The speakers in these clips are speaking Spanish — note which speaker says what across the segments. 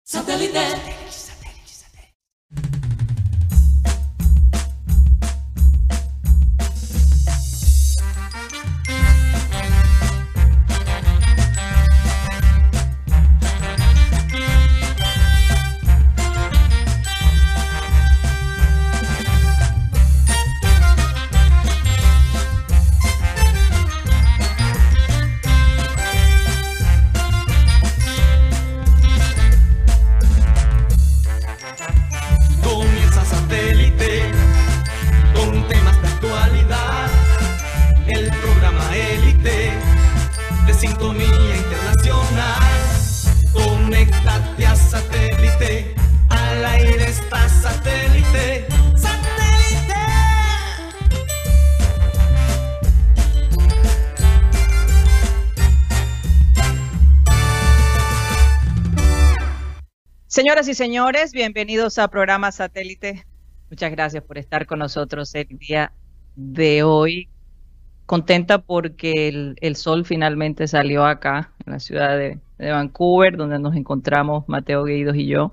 Speaker 1: Satellite.
Speaker 2: Señoras y señores, bienvenidos a Programa Satélite. Muchas gracias por estar con nosotros el día de hoy. Contenta porque el sol finalmente salió acá, en la ciudad de Vancouver, donde nos encontramos Mateo Gueidos y yo.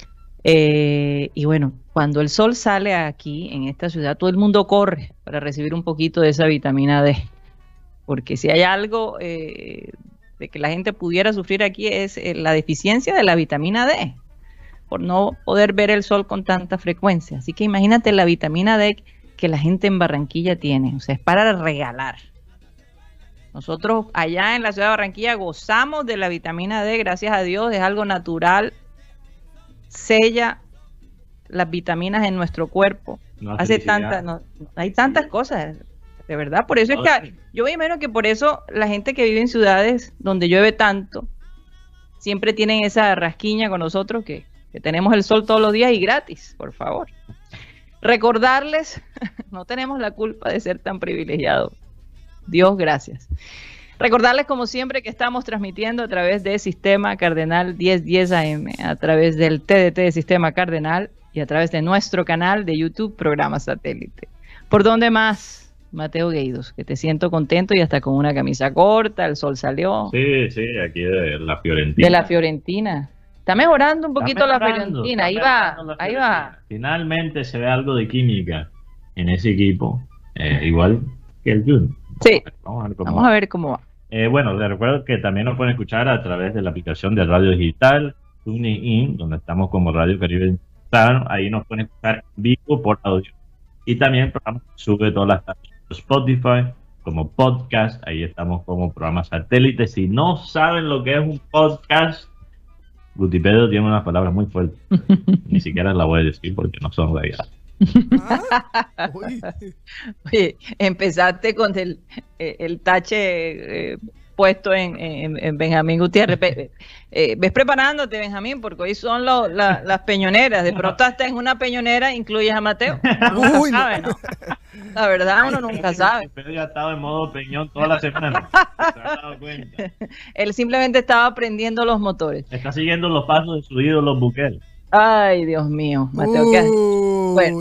Speaker 2: Y bueno, cuando el sol sale aquí, en esta ciudad, todo el mundo corre para recibir un poquito de esa vitamina D. Porque si hay algo de que la gente pudiera sufrir aquí es la deficiencia de la vitamina D, por no poder ver el sol con tanta frecuencia. Así que imagínate la vitamina D que la gente en Barranquilla tiene, o sea, es para regalar. Nosotros allá en la ciudad de Barranquilla gozamos de la vitamina D, gracias a Dios, es algo natural, sella las vitaminas en nuestro cuerpo. Hay tantas cosas, de verdad, por eso es que yo me imagino que por eso la gente que vive en ciudades donde llueve tanto, siempre tienen esa rasquiña con nosotros que tenemos el sol todos los días y gratis, por favor. Recordarles, no tenemos la culpa de ser tan privilegiados. Dios gracias. Recordarles como siempre que estamos transmitiendo a través de Sistema Cardenal 1010 AM, a través del TDT de Sistema Cardenal y a través de nuestro canal de YouTube Programa Satélite. ¿Por dónde más, Mateo Gueidos? Que te siento contento y hasta con una camisa corta, el sol salió.
Speaker 3: Sí, aquí de la Fiorentina.
Speaker 2: De la Fiorentina. Está mejorando un poquito la Fiorentina, ahí va.
Speaker 3: Finalmente se ve algo de química en ese equipo, igual que el Junior.
Speaker 2: Sí, vamos a ver cómo va.
Speaker 3: Bueno, les recuerdo que también nos pueden escuchar a través de la aplicación de radio digital, TuneIn, donde estamos como Radio Caribe. Ahí nos pueden escuchar en vivo por audio. Y también el programa sube todas las tardes a Spotify como podcast. Ahí estamos como programa satélite. Si no saben lo que es un podcast, Gutipedo tiene unas palabras muy fuertes. Ni siquiera las voy a decir porque no son legales.
Speaker 2: Oye, empezaste con el tache puesto en Benjamín Gutiérrez. Ves preparándote, Benjamín, porque hoy son las peñoneras. De pronto hasta en una peñonera incluyes a Mateo. Uy, no sabe, ¿no? La verdad, uno nunca sabe.
Speaker 3: Pedro ya estaba en modo peñón toda la semana. ¿Se ha dado cuenta?
Speaker 2: Él simplemente estaba prendiendo los motores.
Speaker 3: Está siguiendo los pasos de su ídolo Bukele.
Speaker 2: Ay, Dios mío, Mateo. Bueno,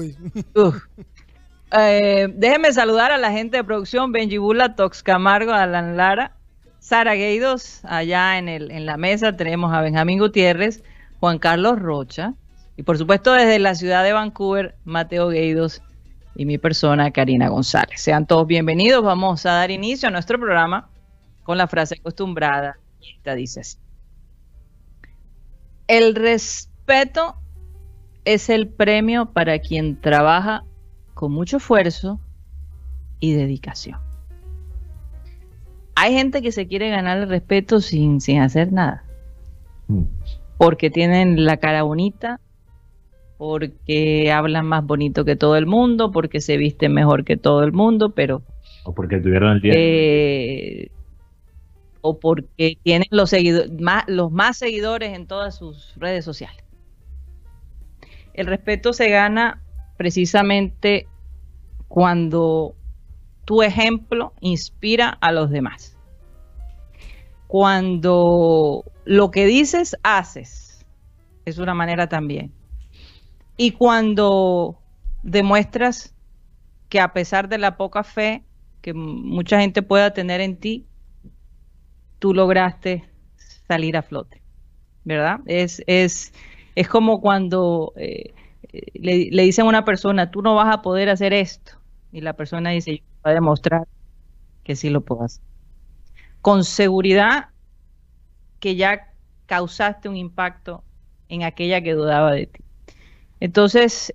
Speaker 2: déjenme saludar a la gente de producción: Benji Bula, Tox Camargo, Alan Lara, Sara Gueidos. Allá en la mesa tenemos a Benjamín Gutiérrez, Juan Carlos Rocha y por supuesto desde la ciudad de Vancouver, Mateo Gueidos y mi persona, Karina González. Sean todos bienvenidos. Vamos a dar inicio a nuestro programa con la frase acostumbrada, y esta dice así: el respeto es el premio para quien trabaja con mucho esfuerzo y dedicación. Hay gente que se quiere ganar el respeto sin hacer nada, porque tienen la cara bonita, porque hablan más bonito que todo el mundo, porque se visten mejor que todo el mundo, pero
Speaker 3: o porque tuvieron el día
Speaker 2: o porque tienen los más seguidores en todas sus redes sociales. El respeto se gana precisamente cuando tu ejemplo inspira a los demás. Cuando lo que dices, haces. Es una manera también. Y cuando demuestras que a pesar de la poca fe que mucha gente pueda tener en ti, tú lograste salir a flote. ¿verdad? Es como cuando le dicen a una persona, tú no vas a poder hacer esto, y la persona dice, yo voy a demostrar que sí lo puedo hacer. Con seguridad que ya causaste un impacto en aquella que dudaba de ti. Entonces,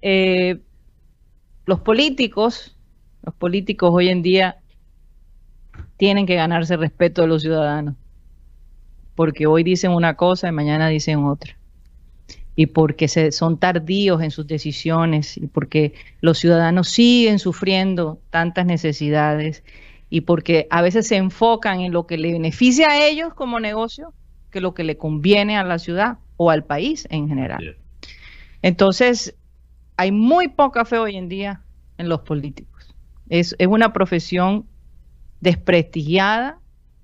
Speaker 2: los políticos hoy en día tienen que ganarse el respeto de los ciudadanos, porque hoy dicen una cosa y mañana dicen otra, y porque son tardíos en sus decisiones, y porque los ciudadanos siguen sufriendo tantas necesidades, y porque a veces se enfocan en lo que le beneficia a ellos como negocio que lo que le conviene a la ciudad o al país en general. Entonces, hay muy poca fe hoy en día en los políticos. Es una profesión desprestigiada.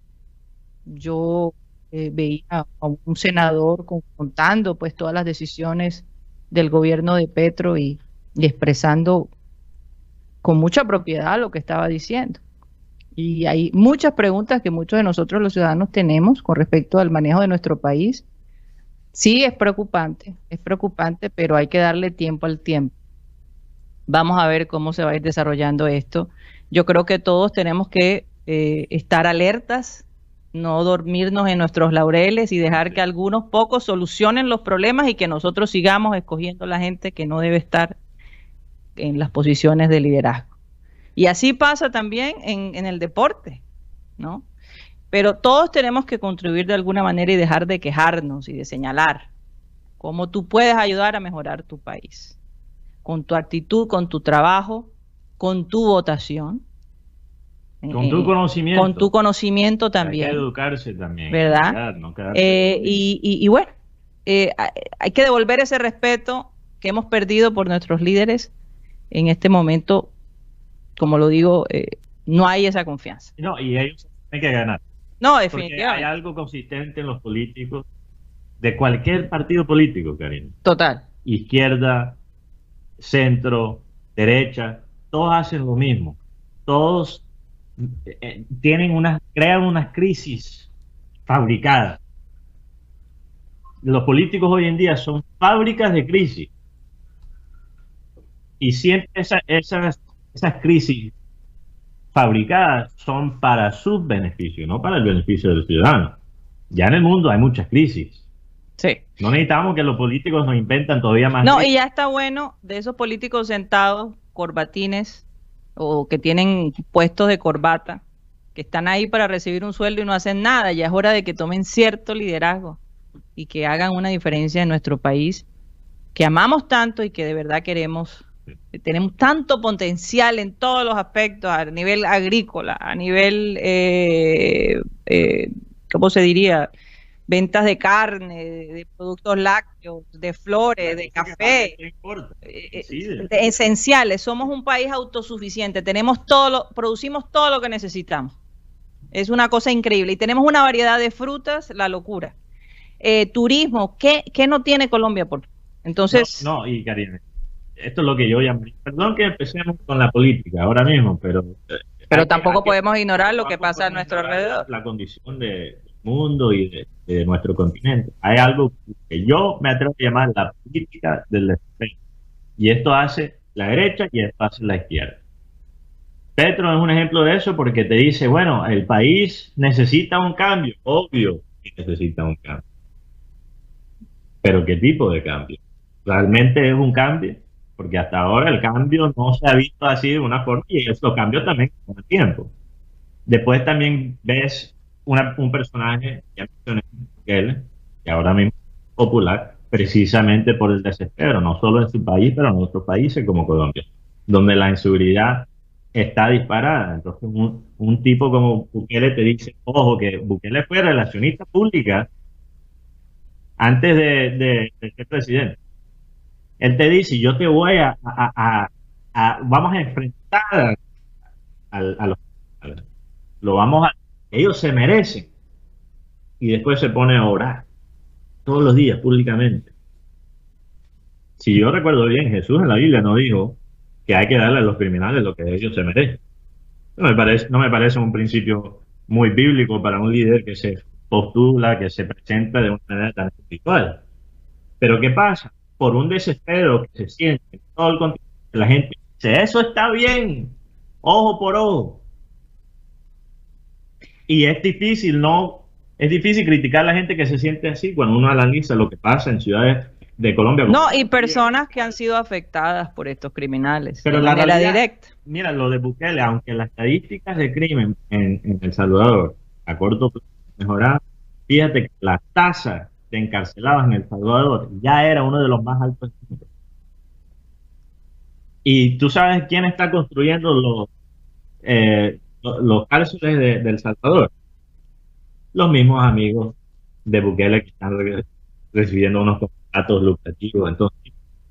Speaker 2: Yo veía a un senador confrontando pues todas las decisiones del gobierno de Petro y expresando con mucha propiedad lo que estaba diciendo. Y hay muchas preguntas que muchos de nosotros los ciudadanos tenemos con respecto al manejo de nuestro país. Sí, es preocupante, pero hay que darle tiempo al tiempo. Vamos a ver cómo se va a ir desarrollando esto. Yo creo que todos tenemos que estar alertas, no dormirnos en nuestros laureles y dejar que algunos pocos solucionen los problemas y que nosotros sigamos escogiendo la gente que no debe estar en las posiciones de liderazgo. Y así pasa también en el deporte, ¿no? Pero todos tenemos que contribuir de alguna manera y dejar de quejarnos y de señalar cómo tú puedes ayudar a mejorar tu país. Con tu actitud, con tu trabajo, con tu votación.
Speaker 3: Con tu conocimiento.
Speaker 2: Con tu conocimiento también.
Speaker 3: Hay que educarse también.
Speaker 2: ¿Verdad? No y bueno, hay que devolver ese respeto que hemos perdido por nuestros líderes. En este momento, como lo digo, no hay esa confianza.
Speaker 3: No, y ellos tienen que ganar.
Speaker 2: No, definitivamente.
Speaker 3: Porque hay algo consistente en los políticos, de cualquier partido político, Karina.
Speaker 2: Total.
Speaker 3: Izquierda, centro, derecha, todos hacen lo mismo. Todos crean unas crisis fabricadas. Los políticos hoy en día son fábricas de crisis. Y siempre esas crisis fabricadas son para sus beneficios, no para el beneficio del ciudadano. Ya en el mundo hay muchas crisis.
Speaker 2: Sí.
Speaker 3: No necesitamos que los políticos nos inventan todavía más.
Speaker 2: No, y ya está bueno de esos políticos sentados, corbatines, o que tienen puestos de corbata, que están ahí para recibir un sueldo y no hacen nada. Ya es hora de que tomen cierto liderazgo y que hagan una diferencia en nuestro país, que amamos tanto y que de verdad queremos. Tenemos tanto potencial en todos los aspectos, a nivel agrícola, a nivel, ¿cómo se diría? Ventas de carne, de productos lácteos, de flores, de café, esenciales. Somos un país autosuficiente, producimos todo lo que necesitamos. Es una cosa increíble y tenemos una variedad de frutas, la locura. Turismo, ¿qué no tiene Colombia? Entonces,
Speaker 3: no, y Karina, esto es lo que yo llamo, perdón que empecemos con la política ahora mismo, pero
Speaker 2: tampoco podemos ignorar lo que pasa a nuestro alrededor.
Speaker 3: La condición del mundo y de nuestro continente. Hay algo que yo me atrevo a llamar la política del desespero. Y esto hace la derecha y esto hace la izquierda. Petro es un ejemplo de eso porque te dice, bueno, el país necesita un cambio, obvio que necesita un cambio. Pero ¿qué tipo de cambio? ¿Realmente es un cambio? Porque hasta ahora el cambio no se ha visto así de una forma y estos cambios también con el tiempo. Después también ves un personaje, ya mencioné, Bukele, que ahora mismo es popular precisamente por el desespero, no solo en su país, pero en otros países como Colombia, donde la inseguridad está disparada. Entonces un tipo como Bukele te dice, ojo, que Bukele fue relacionista pública antes de ser presidente. Él te dice, yo te voy vamos a enfrentar ellos se merecen. Y después se pone a orar todos los días públicamente. Si yo recuerdo bien, Jesús en la Biblia no dijo que hay que darle a los criminales lo que ellos se merecen. No me parece un principio muy bíblico para un líder que se postula, que se presenta de una manera tan espiritual. Pero ¿qué pasa? Por un desespero que se siente en todo el continente, la gente dice, eso está bien, ojo por ojo. Y es difícil, ¿no? Es difícil criticar a la gente que se siente así cuando uno analiza lo que pasa en ciudades de Colombia.
Speaker 2: No, y personas que han sido afectadas por estos criminales
Speaker 3: Pero
Speaker 2: de
Speaker 3: la
Speaker 2: manera
Speaker 3: realidad,
Speaker 2: directa.
Speaker 3: mira, lo de Bukele, aunque las estadísticas de crimen en El Salvador a corto plazo mejoraron, fíjate que la tasa de encarcelados en El Salvador ya era uno de los más altos. Y tú sabes quién está construyendo los cárceles de El Salvador. Los mismos amigos de Bukele que están recibiendo unos contratos lucrativos. Entonces,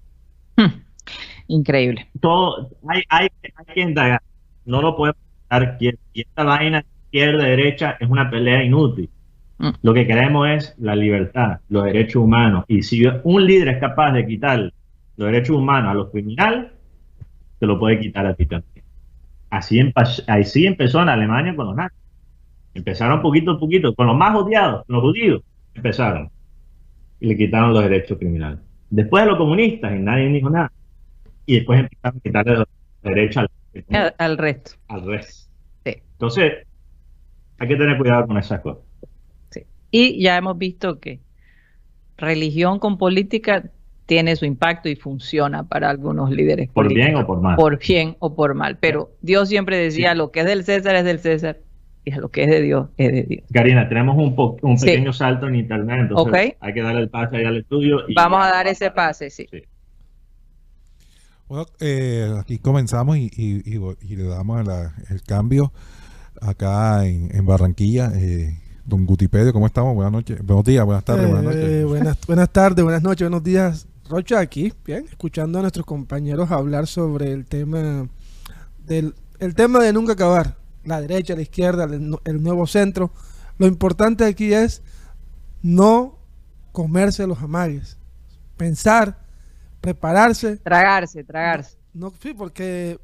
Speaker 2: Increíble.
Speaker 3: todo, hay que indagar. No lo podemos estar quieto. Y esta vaina izquierda-derecha es una pelea inútil. Lo que queremos es la libertad, los derechos humanos. Y si un líder es capaz de quitar los derechos humanos a los criminales, te lo puede quitar a ti también. Así empezó en Alemania con los nazis. Empezaron poquito a poquito, con los más odiados, los judíos, empezaron. Y le quitaron los derechos criminales. Después de los comunistas, y nadie dijo nada. Y después empezaron a quitarle los derechos
Speaker 2: al resto.
Speaker 3: Al resto.
Speaker 2: Sí.
Speaker 3: Entonces, hay que tener cuidado con esas cosas.
Speaker 2: Sí. Y ya hemos visto que religión con política tiene su impacto y funciona para algunos líderes
Speaker 3: por
Speaker 2: políticos.
Speaker 3: Bien o por mal.
Speaker 2: Por bien o por mal. Pero Dios siempre decía, lo que es del César es del César. Y lo que es de Dios es de Dios.
Speaker 3: Karina, tenemos un pequeño salto en internet, entonces hay que darle el pase ahí al estudio. Y
Speaker 2: vamos a dar ese pase, sí.
Speaker 1: Bueno, aquí comenzamos y le damos el cambio acá en Barranquilla. Don Gutipedio, ¿cómo estamos? Buenas noches, buenos días, buenas tardes, buenas noches.
Speaker 4: Buenas tardes, buenas noches, buenos días. Rocha aquí, bien, escuchando a nuestros compañeros hablar sobre el tema de nunca acabar. La derecha, la izquierda, el nuevo centro. Lo importante aquí es no comerse los amagues. Pensar, prepararse.
Speaker 2: Tragarse.
Speaker 4: No, sí, porque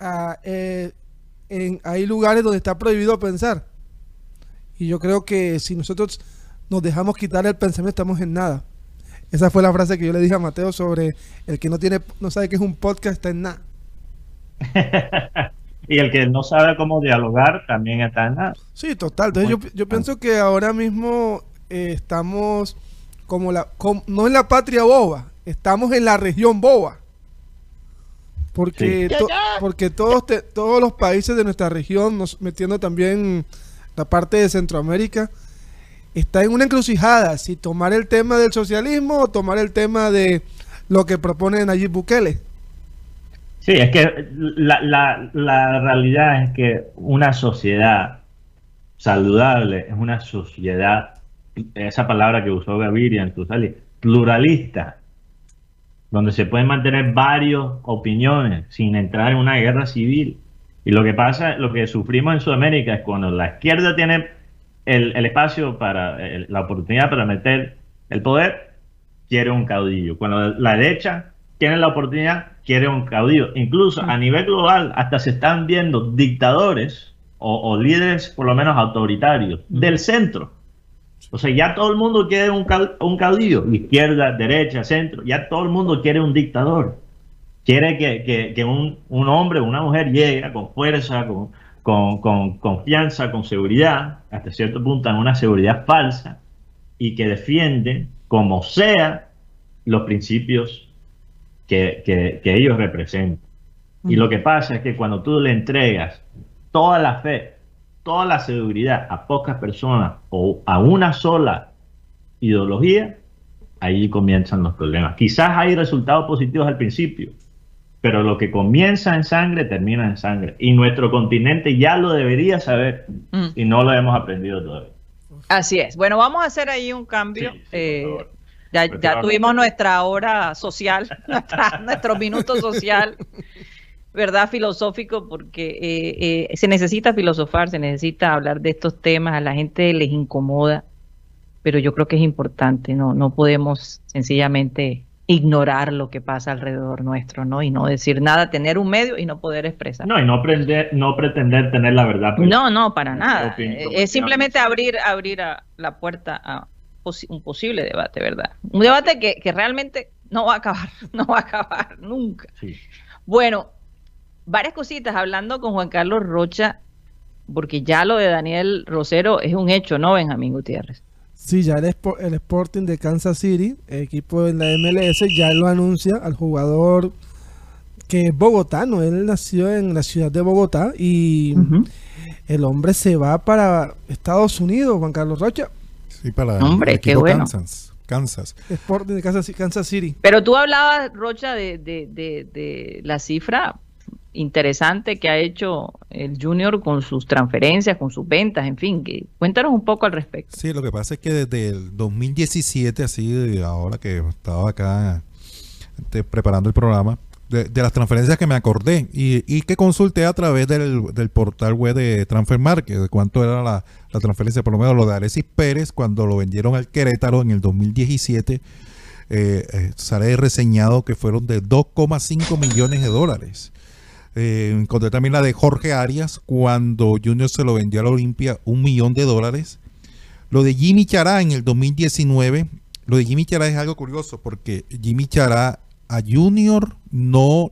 Speaker 4: hay lugares donde está prohibido pensar. Y yo creo que si nosotros nos dejamos quitar el pensamiento, estamos en nada. Esa fue la frase que yo le dije a Mateo sobre el que no sabe qué es un podcast, está en nada.
Speaker 3: Y el que no sabe cómo dialogar también está en nada.
Speaker 4: Sí, total. Entonces yo pienso que ahora mismo estamos no en la patria boba, estamos en la región boba. Porque, porque todos los países de nuestra región, metiendo también la parte de Centroamérica, está en una encrucijada, si tomar el tema del socialismo o tomar el tema de lo que propone Nayib Bukele.
Speaker 3: Sí, es que la realidad es que una sociedad saludable es una sociedad, esa palabra que usó Gaviria en tu salida, pluralista, donde se pueden mantener varias opiniones sin entrar en una guerra civil. Y lo que pasa, lo que sufrimos en Sudamérica es cuando la izquierda tiene el espacio para la oportunidad para meter el poder, quiere un caudillo. Cuando la derecha tiene la oportunidad, quiere un caudillo. Incluso a nivel global, hasta se están viendo dictadores o líderes, por lo menos autoritarios, del centro. O sea, ya todo el mundo quiere un caudillo. Izquierda, derecha, centro. Ya todo el mundo quiere un dictador. Quiere que un hombre o una mujer llegue con fuerza, con confianza, con seguridad, hasta cierto punto en una seguridad falsa, y que defiende, como sea, los principios que ellos representan. Y lo que pasa es que cuando tú le entregas toda la fe, toda la seguridad a pocas personas o a una sola ideología, ahí comienzan los problemas. Quizás hay resultados positivos al principio, pero lo que comienza en sangre termina en sangre. Y nuestro continente ya lo debería saber y no lo hemos aprendido todavía.
Speaker 2: Así es. Bueno, vamos a hacer ahí un cambio. Ya tuvimos nuestra hora social, nuestro minuto social, ¿verdad? Filosófico, porque se necesita filosofar, se necesita hablar de estos temas, a la gente les incomoda, pero yo creo que es importante, no podemos sencillamente ignorar lo que pasa alrededor nuestro, ¿no? Y no decir nada, tener un medio y no poder expresar.
Speaker 3: No, y no pretender tener la verdad.
Speaker 2: No, para nada. Es simplemente abrir la puerta a un posible debate, ¿verdad? Un debate que realmente no va a acabar, no va a acabar nunca.
Speaker 3: Sí.
Speaker 2: Bueno, varias cositas hablando con Juan Carlos Rocha, porque ya lo de Daniel Rosero es un hecho, ¿no, Benjamín Gutiérrez?
Speaker 4: Sí, ya el Sporting de Kansas City, equipo de la MLS, ya lo anuncia al jugador que es bogotano. Él nació en la ciudad de Bogotá y el hombre se va para Estados Unidos, Juan Carlos Rocha.
Speaker 1: Sí, para
Speaker 2: hombre,
Speaker 1: el
Speaker 2: qué
Speaker 1: equipo
Speaker 2: bueno.
Speaker 1: Kansas.
Speaker 4: Sporting de Kansas City.
Speaker 2: Pero tú hablabas, Rocha, de la cifra interesante que ha hecho el Junior con sus transferencias, con sus ventas, en fin, cuéntanos un poco al respecto.
Speaker 1: Sí, lo que pasa es que desde el 2017, así de ahora que estaba acá preparando el programa, de las transferencias que me acordé y que consulté a través del portal web de Transfer Market, de cuánto era la transferencia, por lo menos lo de Alexis Pérez, cuando lo vendieron al Querétaro en el 2017, sale reseñado que fueron de 2,5 millones de dólares. Encontré también la de Jorge Arias, cuando Junior se lo vendió a la Olimpia, $1 millón. Lo de Jimmy Chará en el 2019, lo de Jimmy Chará es algo curioso, porque Jimmy Chará a Junior no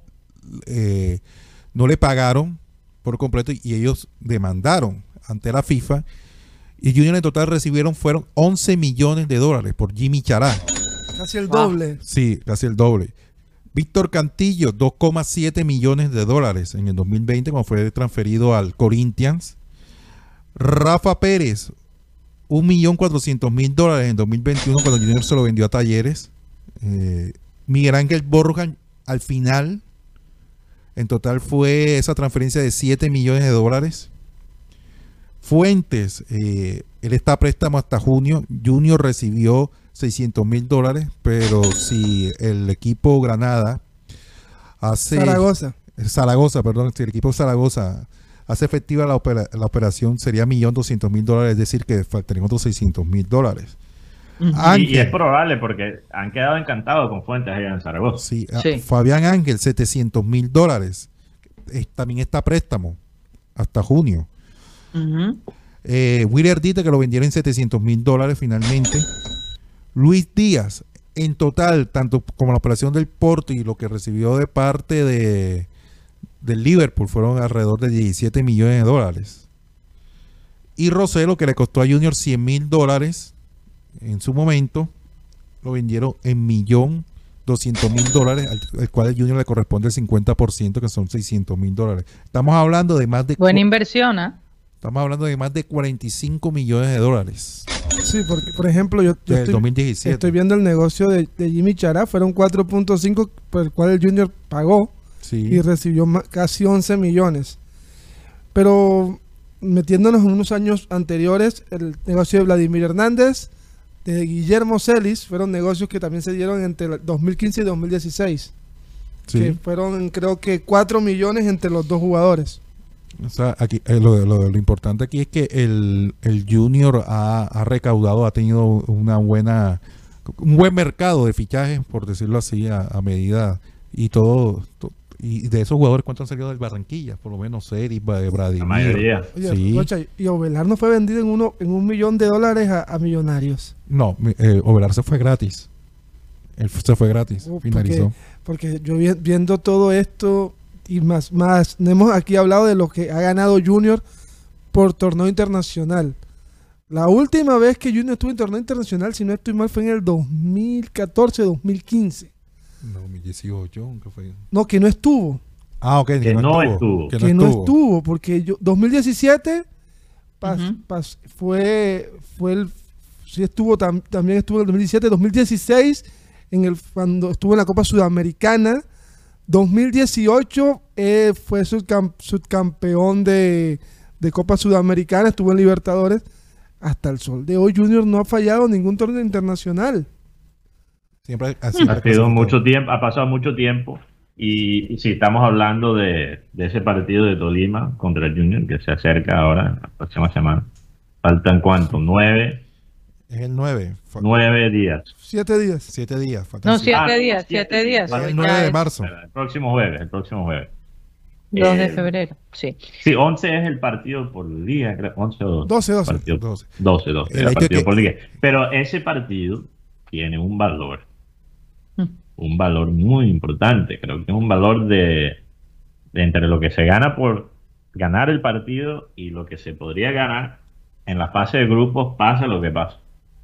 Speaker 1: le pagaron por completo y ellos demandaron ante la FIFA y Junior en total fueron $11 millones por Jimmy Chará.
Speaker 4: Casi el doble.
Speaker 1: Sí, casi el doble. Víctor Cantillo, $2,7 millones en el 2020 cuando fue transferido al Corinthians. Rafa Pérez, $1.400.000 en 2021 cuando Junior se lo vendió a Talleres. Miguel Ángel Borja al final, en total fue esa transferencia de $7 millones. Fuentes, él está a préstamo hasta junio. Junior recibió $600.000, pero si el equipo Granada hace... Zaragoza, perdón, si el equipo Zaragoza hace efectiva la operación, sería $1.200.000, es decir, que faltarían otros $600.000.
Speaker 3: Y es probable porque han quedado encantados con Fuentes allá en Zaragoza.
Speaker 1: Sí. Fabián Ángel, $700.000. También está a préstamo hasta junio. Willer Dite, que lo vendieron en $700.000 finalmente. Luis Díaz, en total, tanto como la operación del Porto y lo que recibió de parte del Liverpool, fueron alrededor de $17 millones. Y Rosero, que le costó a Junior $100.000 en su momento, lo vendieron en $1.200.000, al cual al Junior le corresponde el 50%, que son $600.000. Estamos hablando de más de...
Speaker 2: Buena inversión, ¿eh?
Speaker 1: Estamos hablando de más de $45 millones.
Speaker 4: Sí, porque, por ejemplo, yo estoy viendo el negocio de Jimmy Chará, fueron 4.5 por el cual el Junior pagó y recibió casi 11 millones. Pero metiéndonos en unos años anteriores, el negocio de Vladimir Hernández, de Guillermo Celis, fueron negocios que también se dieron entre 2015 y 2016. Sí. Que fueron, creo que, 4 millones entre los dos jugadores.
Speaker 1: O sea, aquí lo importante aquí es que el Junior ha recaudado, ha tenido un buen mercado de fichajes, por decirlo así, a medida y todo. Y de esos jugadores, ¿cuántos han salido del Barranquilla? Por lo menos Celis, Vladimir.
Speaker 3: La mayoría.
Speaker 4: Oye, sí. Rocha, y Ovelar no fue vendido en $1 millón a Millonarios.
Speaker 1: No, Ovelar se fue gratis. Él se fue gratis, finalizó.
Speaker 4: Porque yo viendo todo esto y más, hemos aquí hablado de lo que ha ganado Junior por torneo internacional. La última vez que Junior estuvo en torneo internacional, si no estoy mal, fue en el 2014-2015.
Speaker 1: No, 2018, aunque fue.
Speaker 4: No, que no estuvo.
Speaker 1: Ah, ok.
Speaker 3: Que no estuvo.
Speaker 4: Que no estuvo, porque 2017 también estuvo en el 2017, 2016 cuando estuvo en la Copa Sudamericana. 2018 fue subcampeón de Copa Sudamericana, estuvo en Libertadores. Hasta el sol de hoy Junior no ha fallado ningún torneo internacional.
Speaker 1: Siempre
Speaker 3: ha pasado mucho tiempo y si estamos hablando de ese partido de Tolima contra el Junior que se acerca ahora la próxima semana, faltan ¿cuánto? 9
Speaker 1: Es el 9.
Speaker 3: 9 días.
Speaker 4: 7 días.
Speaker 1: 7 días. Faltan
Speaker 2: No,
Speaker 1: 7.
Speaker 2: 7 días, 7 días.
Speaker 1: Es
Speaker 2: Hoy
Speaker 1: el
Speaker 2: ya
Speaker 1: 9 de
Speaker 2: es
Speaker 1: marzo.
Speaker 3: El próximo jueves.
Speaker 2: 2 de febrero, sí.
Speaker 3: Sí, 11 es el partido por liga, creo, 11 o
Speaker 4: 12.
Speaker 3: partido-
Speaker 1: 12.
Speaker 3: 12,
Speaker 1: El
Speaker 3: el
Speaker 1: hecho
Speaker 3: partido
Speaker 1: que-
Speaker 3: por liga. Pero ese partido tiene un valor muy importante. Creo que es un valor de entre lo que se gana por ganar el partido y lo que se podría ganar en la fase de grupos, pasa lo que pasa.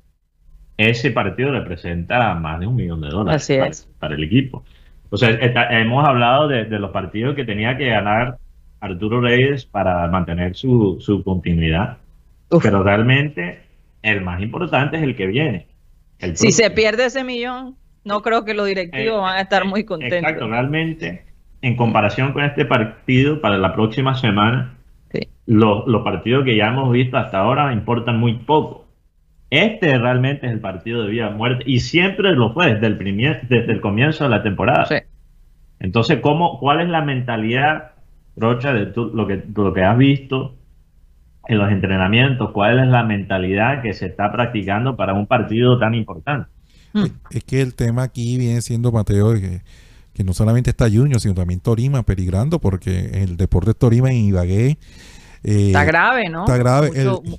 Speaker 3: Ese partido representa más de $1 millón
Speaker 2: Así es.
Speaker 3: para el equipo. O sea, hemos hablado de los partidos que tenía que ganar Arturo Reyes para mantener su continuidad,
Speaker 2: Uf.
Speaker 3: pero realmente el más importante es el que viene. El
Speaker 2: Si se
Speaker 3: próximo.
Speaker 2: pierde ese millón, no creo que los directivos van a estar muy contentos.
Speaker 3: Exacto, realmente, en comparación con este partido para la próxima semana,
Speaker 2: Sí.
Speaker 3: los partidos que ya hemos visto hasta ahora importan muy poco. Este realmente es el partido de vida o muerte y siempre lo fue desde el comienzo de la temporada.
Speaker 2: Sí.
Speaker 3: Entonces, ¿cuál es la mentalidad, Rocha, de lo que has visto en los entrenamientos? ¿Cuál es la mentalidad que se está practicando para un partido tan importante?
Speaker 1: Es que el tema aquí viene siendo, Mateo, que no solamente está Junior, sino también Tolima peligrando, porque el Deportes Tolima en Ibagué
Speaker 2: Está grave, ¿no?
Speaker 1: está grave.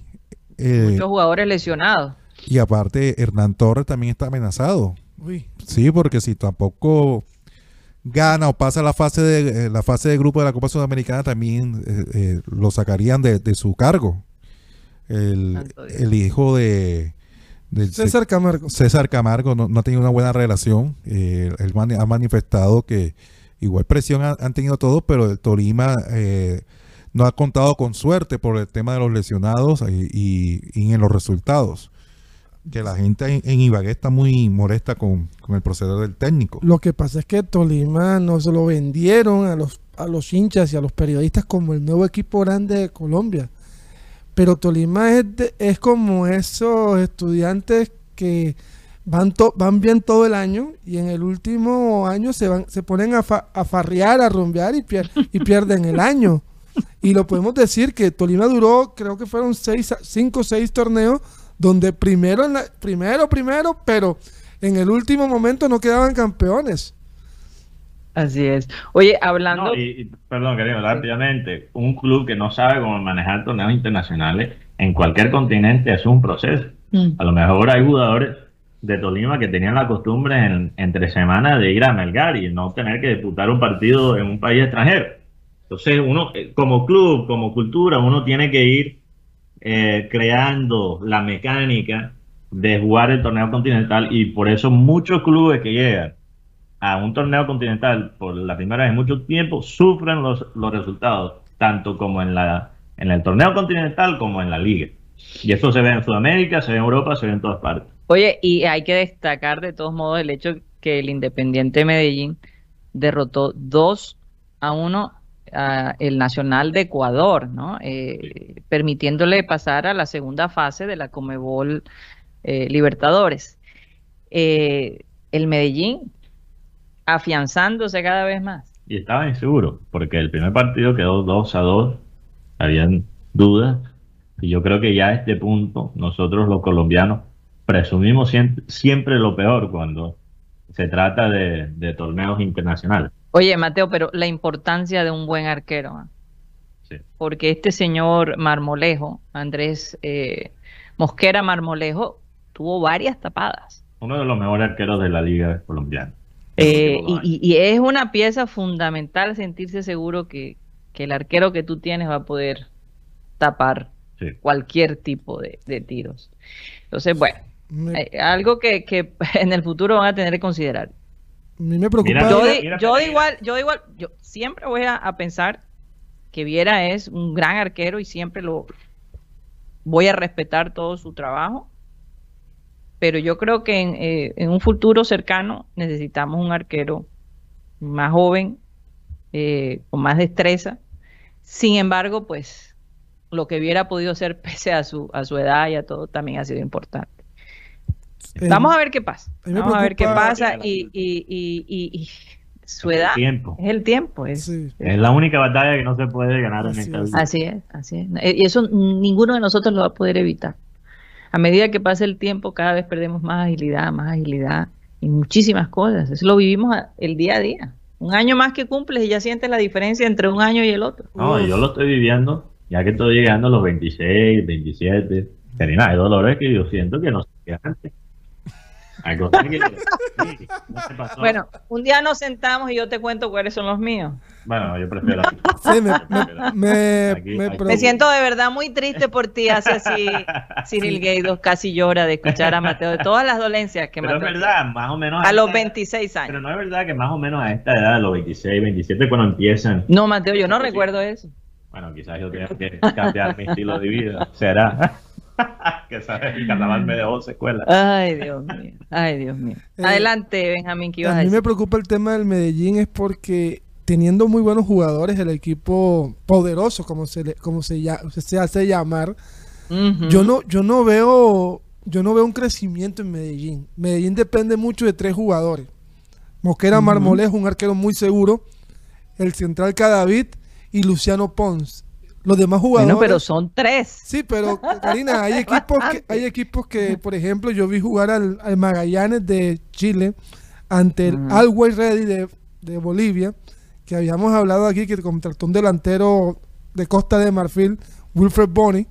Speaker 2: Muchos jugadores lesionados.
Speaker 1: Y aparte, Hernán Torres también está amenazado.
Speaker 4: Uy,
Speaker 1: Sí, porque si tampoco gana o pasa la fase de grupo de la Copa Sudamericana, también lo sacarían de su cargo.
Speaker 2: Santo Dios.
Speaker 1: El hijo de
Speaker 4: César Camargo.
Speaker 1: César Camargo no ha tenido una buena relación. Él ha manifestado que igual presión han tenido todos, pero el Tolima no ha contado con suerte por el tema de los lesionados y en los resultados. Que la gente en Ibagué está muy molesta con el proceder del técnico.
Speaker 4: Lo que pasa es que Tolima no se lo vendieron a los hinchas y a los periodistas como el nuevo equipo grande de Colombia. Pero Tolima es como esos estudiantes que van bien todo el año y en el último año se ponen a farrear, a rumbear y pierden el año. Y lo podemos decir que Tolima duró, creo que fueron 5 o 6 torneos donde primero, pero en el último momento no quedaban campeones.
Speaker 2: Así es. Oye, hablando...
Speaker 3: No, perdón, querido, rápidamente, un club que no sabe cómo manejar torneos internacionales en cualquier continente es un proceso. A lo mejor hay jugadores de Tolima que tenían la costumbre entre semanas de ir a Melgar y no tener que disputar un partido en un país extranjero. Entonces, uno, como club, como cultura, uno tiene que ir creando la mecánica de jugar el torneo continental y por eso muchos clubes que llegan a un torneo continental por la primera vez en mucho tiempo sufren los resultados, tanto como en el torneo continental como en la liga. Y eso se ve en Sudamérica, se ve en Europa, se ve en todas partes.
Speaker 2: Oye, y hay que destacar de todos modos el hecho que el Independiente Medellín derrotó 2-1 a el Nacional de Ecuador, ¿no? Permitiéndole pasar a la segunda fase de la Conmebol Libertadores. El Medellín afianzándose cada vez más.
Speaker 3: Y estaba inseguro, porque el primer partido quedó 2-2, habían dudas, y yo creo que ya a este punto nosotros los colombianos presumimos siempre lo peor cuando se trata de torneos internacionales.
Speaker 2: Oye, Mateo, pero la importancia de un buen arquero, ¿eh?
Speaker 3: Sí.
Speaker 2: Porque este señor Marmolejo, Andrés Mosquera Marmolejo, tuvo varias tapadas.
Speaker 3: Uno de los mejores arqueros de la liga colombiana.
Speaker 2: Y es una pieza fundamental sentirse seguro que el arquero que tú tienes va a poder tapar cualquier tipo de tiros. Entonces, bueno, algo que en el futuro van a tener que considerar.
Speaker 4: A mí me preocupa.
Speaker 2: Yo siempre voy a pensar que Viera es un gran arquero y siempre lo voy a respetar todo su trabajo. Pero yo creo que en un futuro cercano necesitamos un arquero más joven, con más destreza. Sin embargo, pues lo que Viera podido hacer pese a su edad y a todo también ha sido importante. Vamos a ver qué pasa. Vamos a ver qué pasa y su edad es el tiempo. Es
Speaker 3: la única batalla que no se puede ganar en esta vida.
Speaker 2: Así es. Y eso ninguno de nosotros lo va a poder evitar. a medida que pasa el tiempo, cada vez perdemos más agilidad y muchísimas cosas. Eso lo vivimos el día a día. Un año más que cumples y ya sientes la diferencia entre un año y el otro.
Speaker 3: No, yo lo estoy viviendo, ya que estoy llegando a los 26, 27. Karina, hay dolores que yo siento que no sé qué antes. Hay cosas que sí, no te pasó.
Speaker 2: Bueno, un día nos sentamos y yo te cuento cuáles son los míos.
Speaker 3: Bueno, yo prefiero.
Speaker 4: Sí,
Speaker 3: Aquí-
Speaker 4: me
Speaker 3: aquí-
Speaker 2: Me siento de verdad muy triste por ti, hace así Cyril Gaydos casi llora de escuchar a Mateo de todas las dolencias que
Speaker 3: Pero es
Speaker 2: Mateo
Speaker 3: verdad, más o menos.
Speaker 2: a los
Speaker 3: esta-
Speaker 2: 26
Speaker 3: Pero
Speaker 2: años.
Speaker 3: no es verdad que más o menos a esta edad, a los 26, 27, cuando empiezan.
Speaker 2: No, Mateo, yo no recuerdo eso.
Speaker 3: Bueno, quizás yo tenga que cambiar mi estilo de vida. Será. Que sabes, el carnaval me dejó secuelas.
Speaker 2: Ay, Dios mío. Ay, Dios mío. Adelante, Benjamín, ¿qué ibas a
Speaker 4: A mí
Speaker 2: decir?
Speaker 4: me preocupa el tema del Medellín es porque teniendo muy buenos jugadores, el equipo poderoso, como se hace llamar,
Speaker 2: Ujú.
Speaker 4: yo no veo un crecimiento en Medellín. Medellín depende mucho de 3 jugadores. Mosquera Marmolejo, un arquero muy seguro, el central Cadavid y Luciano Pons. Los demás jugadores.
Speaker 2: Bueno, pero son 3.
Speaker 4: Sí, pero Karina, hay equipos que, por ejemplo, yo vi jugar al Magallanes de Chile ante el
Speaker 2: Ujú.
Speaker 4: Always Ready de Bolivia, que habíamos hablado aquí que contrató un delantero de Costa de Marfil, Wilfred Bony,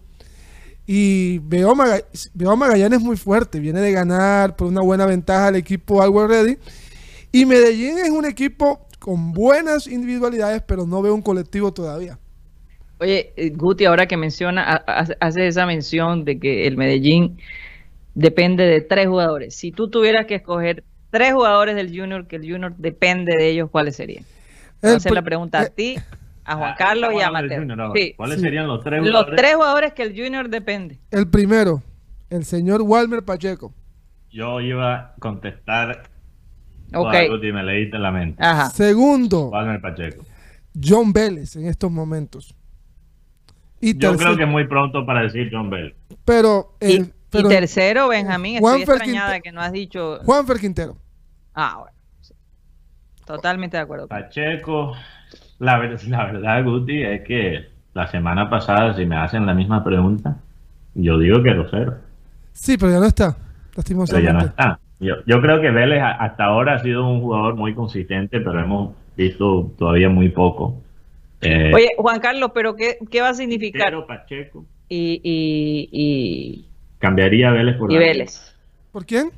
Speaker 4: y veo a Magallanes muy fuerte, viene de ganar por una buena ventaja al equipo Always Ready, y Medellín es un equipo con buenas individualidades, pero no veo un colectivo todavía.
Speaker 2: Oye, Guti, ahora que hace esa mención de que el Medellín depende de 3 jugadores. Si tú tuvieras que escoger 3 jugadores del Junior, que el Junior depende de ellos, ¿cuáles serían? Voy a hacer la pregunta a ti, a Juan Carlos y a
Speaker 3: Estamos hablando del
Speaker 2: Mateo.
Speaker 3: Junior ahora.
Speaker 2: Sí.
Speaker 3: ¿Cuáles
Speaker 4: Sí.
Speaker 3: serían los 3
Speaker 2: Los
Speaker 3: jugadores?
Speaker 2: 3 jugadores que el Junior depende.
Speaker 4: El primero, el señor Walmer Pacheco.
Speaker 3: Yo iba a contestar.
Speaker 2: Ok.
Speaker 3: Algo que me leíste en la mente.
Speaker 2: Ajá.
Speaker 4: Segundo,
Speaker 3: Walmer Pacheco.
Speaker 4: John Vélez en estos momentos. Y
Speaker 3: Yo creo
Speaker 4: tercero,
Speaker 3: que es muy pronto para decir John Bell.
Speaker 4: pero,
Speaker 2: Y
Speaker 4: pero
Speaker 2: tercero, Benjamín, estoy
Speaker 4: Juanfer
Speaker 2: extrañada
Speaker 4: Quinte-
Speaker 2: que no has dicho.
Speaker 4: Juanfer Quintero.
Speaker 2: Ah, bueno. Sí. Totalmente de acuerdo.
Speaker 3: Pacheco, la verdad, Guti, es que la semana pasada, si me hacen la misma pregunta, yo digo que Rosero,
Speaker 4: Sí, pero ya no está,
Speaker 3: pero ya no
Speaker 4: lastimosamente.
Speaker 3: está. Yo creo que Vélez hasta ahora ha sido un jugador muy consistente, pero hemos visto todavía muy poco.
Speaker 2: Oye, Juan Carlos, pero ¿qué va a significar?
Speaker 3: Pero Pacheco
Speaker 2: Y
Speaker 3: cambiaría a Vélez por
Speaker 2: Vélez.
Speaker 4: ¿Por quién?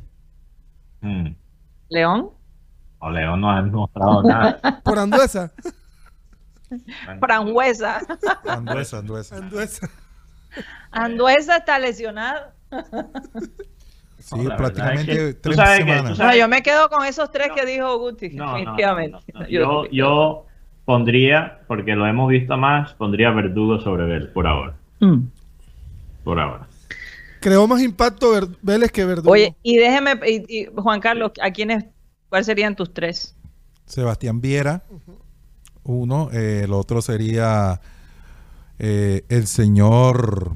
Speaker 2: León.
Speaker 3: O León no ha mostrado nada.
Speaker 4: Por Anduesa.
Speaker 2: Frangüesa.
Speaker 1: Anduesa.
Speaker 4: Anduesa.
Speaker 2: Anduesa está lesionado.
Speaker 1: Sí,
Speaker 3: No, la
Speaker 1: prácticamente
Speaker 3: verdad es que tú
Speaker 1: 3
Speaker 3: sabes que-
Speaker 1: semanas.
Speaker 3: tú
Speaker 2: No, yo me quedo con esos 3 que dijo Guti,
Speaker 3: No,
Speaker 2: definitivamente.
Speaker 3: no. Yo pondría, porque lo hemos visto más, pondría Verdugo sobre Vélez por ahora.
Speaker 2: Mm.
Speaker 3: Por ahora.
Speaker 4: Creó más impacto Vélez que Verdugo.
Speaker 2: Oye, y déjeme, y Juan Carlos, ¿cuáles serían tus 3?
Speaker 1: Sebastián Viera, uno. El otro sería el señor